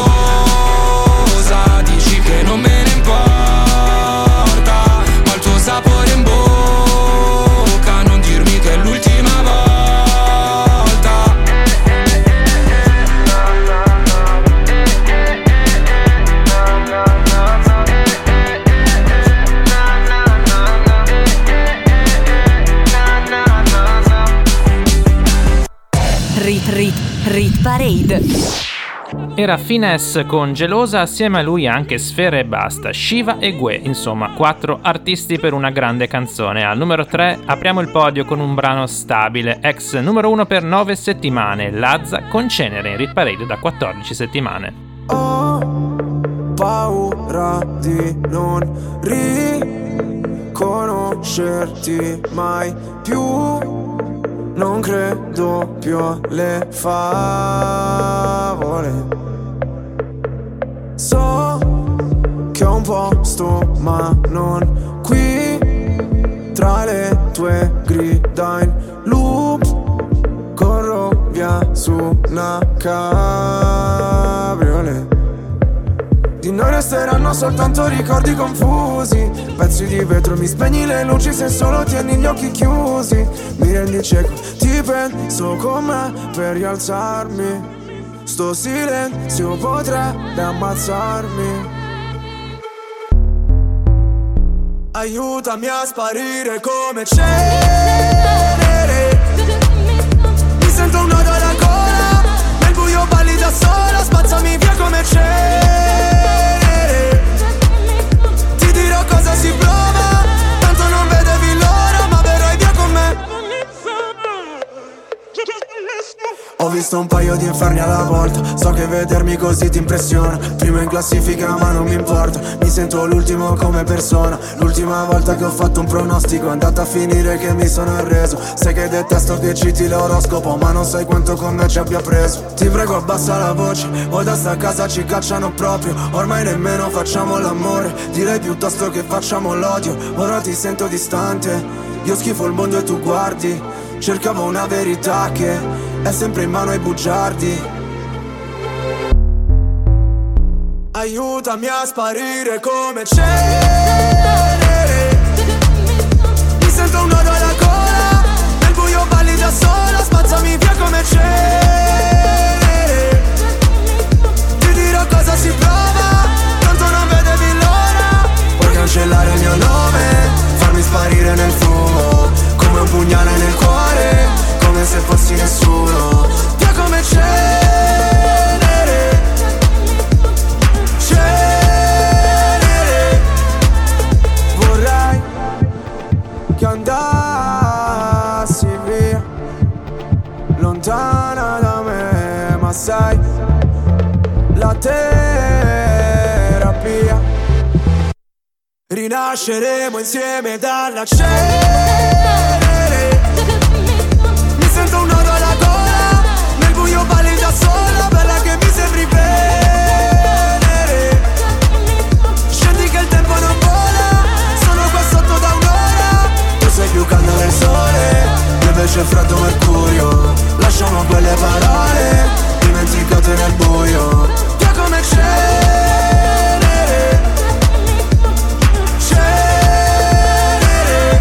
gelosa, dici che non me ne importa, ma il tuo sapore in bocca, non dirmi che è l'ultima volta. Rit Parade. Era Finesse con Gelosa, assieme a lui anche Sfera e Basta, Shiva e Gue, insomma 4 artisti per una grande canzone. Al numero 3 apriamo il podio con un brano stabile, ex numero 1 per 9 settimane, Lazza con Cenere in Rit Parade da 14 settimane. Ho paura di non riconoscerti mai più. Non credo più alle favole. So che ho un posto ma non qui. Tra le tue grida in loop corro via su una cabriolet. Di noi resteranno soltanto ricordi confusi, pezzi di vetro, mi spegni le luci se solo tieni gli occhi chiusi. Mi rendi cieco, ti penso con me per rialzarmi. Sto silenzio potrebbe ammazzarmi. Aiutami a sparire come cenere. Mi sento un nodo alla gola, nel buio balli da sola, spazzami via come cenere. Ti dirò cosa si prova, tanto non vedevi l'ora, ma verrai via con me. Ho visto un paio di inferni alla volta, so che vedermi così ti impressiona. Primo in classifica ma non mi importa, mi sento l'ultimo come persona. L'ultima volta che ho fatto un pronostico è andata a finire che mi sono arreso. Sai che detesto che citi l'oroscopo, ma non sai quanto con me ci abbia preso. Ti prego abbassa la voce, o da sta casa ci cacciano proprio. Ormai nemmeno facciamo l'amore, direi piuttosto che facciamo l'odio. Ora ti sento distante, io schifo il mondo e tu guardi. Cercavo una verità che è sempre in mano ai bugiardi. Aiutami a sparire come cenere. Mi sento un nodo alla gola, nel buio balli da sola, spazzami via come cenere. Ti dirò cosa si prova, tanto non vedevi l'ora. Puoi cancellare rinasceremo insieme dalla cenere. Mi sento un nodo alla gola, nel buio balli da sola, bella che mi sembri venere. Scendi che il tempo non vola, sono qua sotto da un'ora. Tu sei più calda del sole, io invece freddo mercurio. Lasciamo quelle parole dimenticate nel buio. Tu come cenere, cenere.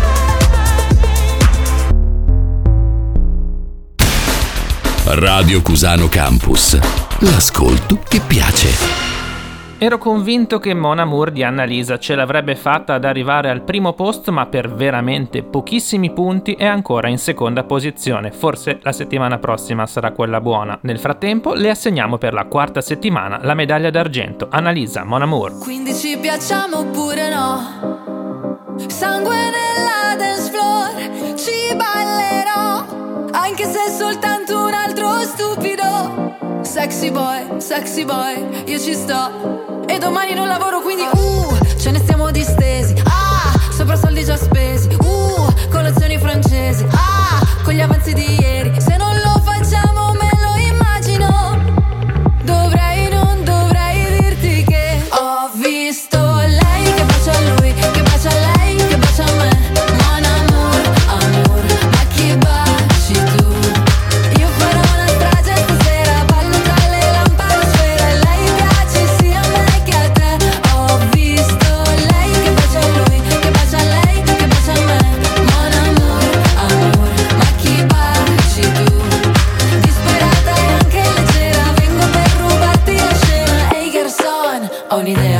Radio Cusano Campus. L'ascolto che piace. Ero convinto che Mon Amour di Annalisa ce l'avrebbe fatta ad arrivare al primo posto, ma per veramente pochissimi punti è ancora in seconda posizione. Forse la settimana prossima sarà quella buona. Nel frattempo le assegniamo per la quarta settimana la medaglia d'argento. Annalisa, Mon Amour. Quindi ci piacciamo oppure no? Sangue nella dance floor, ci ballerò, anche se è soltanto un altro stupido. Sexy boy, io ci sto. E domani non lavoro, quindi ce ne stiamo distesi. Sopra soldi già spesi. Colazioni francesi. Con gli avanzi di ieri. Se non lo facciamo me lo immagino. Non dovrei dirti che ho visto lei che bacia a lui, che bacia a lei, che bacia a me. Mon amour, amour, ma chi baci tu? Io farò una strage stasera, ballo tra le lampadosfere. Lei piace sia a me che a te. Ho visto lei che bacia a lui, che bacia a lei, che bacia a me. Mon amour, amour, ma chi baci tu? Disperata e anche leggera, vengo per rubarti la scena. Ehi garçon, ho un'idea.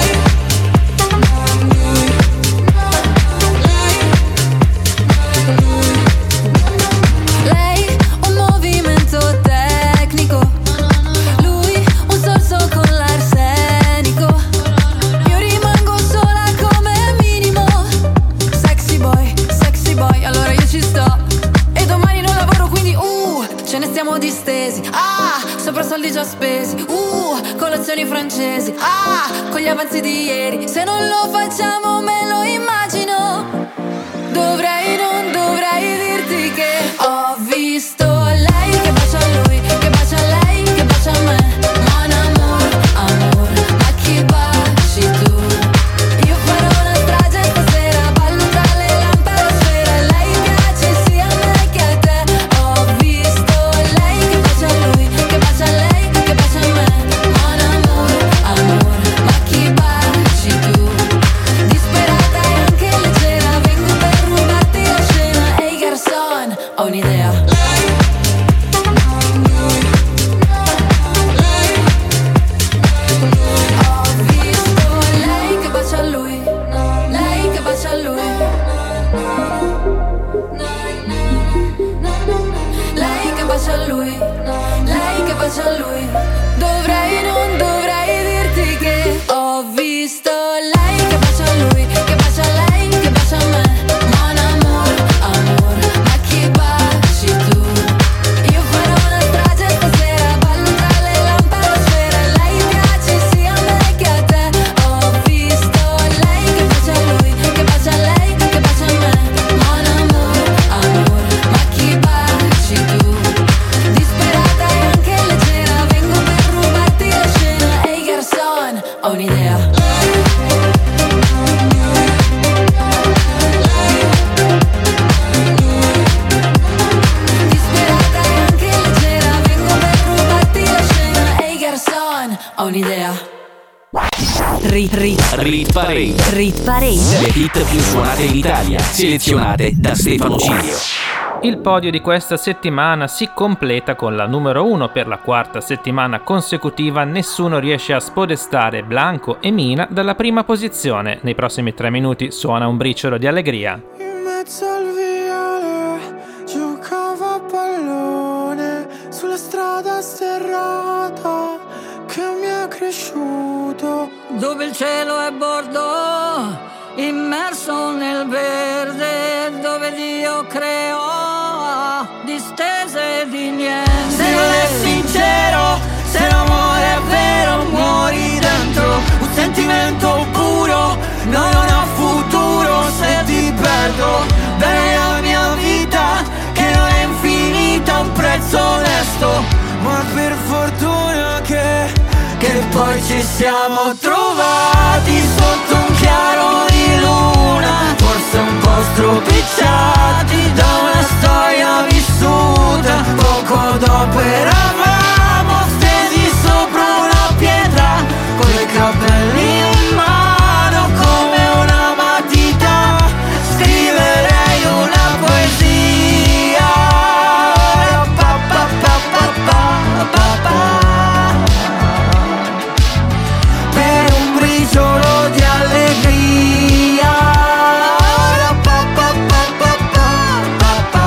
Lei un movimento tecnico, lui un sorso con l'arsenico. Io rimango sola come minimo. Sexy boy, allora io ci sto. E domani non lavoro, quindi ce ne stiamo distesi. Sopra soldi già spesi. Colazioni francesi. Con gli avanzi di ieri. Se non lo facciamo me lo immagino. Non dovrei dirti che ho visto lei che bacia a lui, che bacia a lei, che bacia a me. Mon amour, amour, ma chi baci tu? Io farò una strage stasera, ballo tra le lampadosfere. Lei piace sia a me che a te. Ho visto lei che bacia a lui, che bacia a lei, che bacia a me. Mon amour, amour, ma chi baci tu? Disperata e anche leggera, vengo per rubarti la scena. Ehi garçon, ho un'idea. Ho visto lei che bacia a lui, lei che bacia a lui. Lei che bacia a lui, lei che bacia a lui. Non dovrei dirti che ho visto lei che bacia a lui, che bacia a lei, che bacia a me. Mon amour, amour, ma chi baci tu? Io farò una strage stasera, ballo tra le lampadosfere. Lei piace sia a me che a te. Ho visto lei che bacia a lui, che bacia a lei, che bacia a me. Mon amour, amour, ma chi baci tu? Disperata e anche leggera, vengo per rubarti la scena. Ehi garçon, ho un'idea. Disperata e anche leggera, vengo per rubarti la scena. Ehi garçon, ho un'idea. Rit Parade. Le hit più suonate in Italia, selezionate da Stefano Cilio. Il podio di questa settimana si completa con la numero 1 per la quarta settimana consecutiva. Nessuno riesce a spodestare Blanco e Mina dalla prima posizione. Nei prossimi 3 minuti suona un briciolo di allegria. In mezzo al viale giocava a pallone sulla strada sterrata che mi ha cresciuto, dove il cielo è bordo immerso nel verde, dove Dio creò distese di niente. Se non è sincero, se l'amore è vero, muori dentro un sentimento puro. No, non ho poi ci siamo trovati sotto un chiaro di luna, forse un po' stropicciati da una storia vissuta. Poco dopo eravamo stesi sopra una pietra, coi capelli in mano come una matita. Scriverei una poesia, pa pa pa pa pa pa pa, per un briciolo di allegria, pa pa pa pa pa pa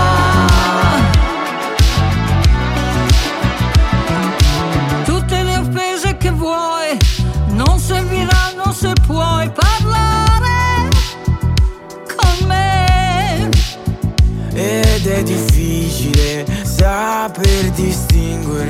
pa. Tutte le offese che vuoi non serviranno se puoi parlare con me. Ed è difficile saper distinguere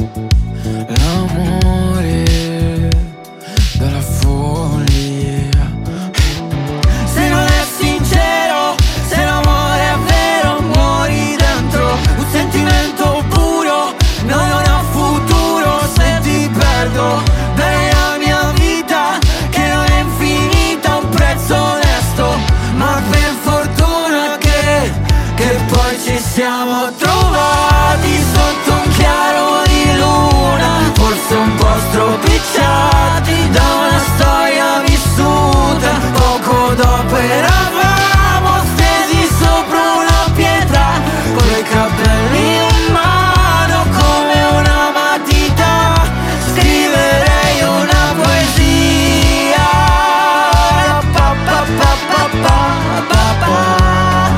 l'amore dalla follia. Se non è sincero, se l'amore è vero, muori dentro un sentimento puro. Noi non ha futuro se ti perdo. Bene la mia vita che non è infinita, un prezzo onesto, ma per fortuna che poi ci siamo trovati sotto un chiaro di luna, forse un po' stropicciati da una storia vissuta. Poco dopo eravamo stesi sopra una pietra, coi capelli in mano come una matita. Scriverei una poesia, pa pa pa pa pa pa pa,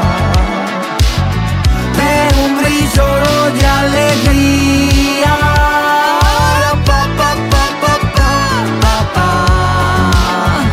per un briciolo di allegria, pa pa pa pa pa pa.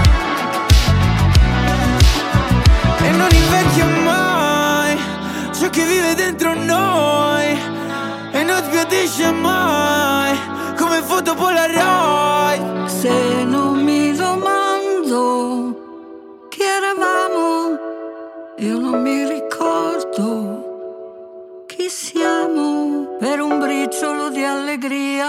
E non invecchia mai ciò che vive dentro noi, e non sbiadisce mai come foto Polaroid. Se non mi domando chi eravamo, io non mi ricordo chi siamo, per un briciolo di allegria.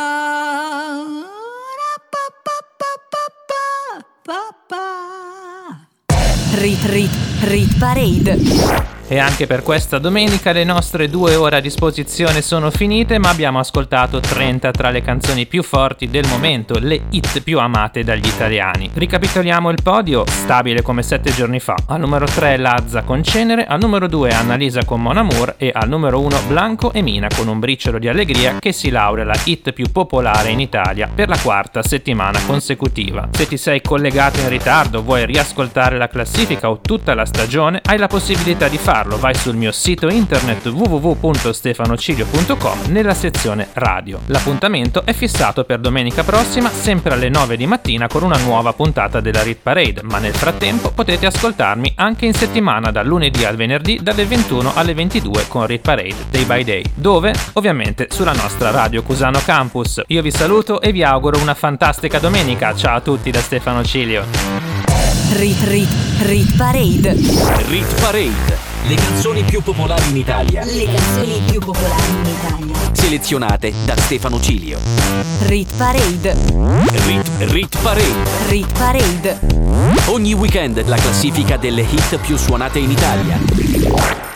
Rit Parade. E anche per questa domenica le nostre 2 ore a disposizione sono finite, ma abbiamo ascoltato 30 tra le canzoni più forti del momento, le hit più amate dagli italiani. Ricapitoliamo il podio: stabile come 7 giorni fa. Al numero 3 Lazza con Cenere, al numero 2 Annalisa con Mon Amour e al numero 1 Blanco e Mina con Un briciolo di allegria, che si laurea la hit più popolare in Italia per la 4ª settimana consecutiva. Se ti sei collegato in ritardo, vuoi riascoltare la classifica o tutta la stagione, hai la possibilità di farlo. Vai sul mio sito internet www.stefanocilio.com nella sezione radio. L'appuntamento è fissato per domenica prossima, sempre alle 9 di mattina, con una nuova puntata della Rit Parade, ma nel frattempo potete ascoltarmi anche in settimana dal lunedì al venerdì dalle 21 alle 22 con Rit Parade Day by Day, dove? Ovviamente sulla nostra Radio Cusano Campus. Io vi saluto e vi auguro una fantastica domenica. Ciao a tutti da Stefano Cilio. Rit Parade. Rit Parade. Le canzoni più popolari in Italia. Le canzoni più popolari in Italia. Selezionate da Stefano Cilio. Rit Parade. Rit Parade. Rit Parade. Ogni weekend la classifica delle hit più suonate in Italia.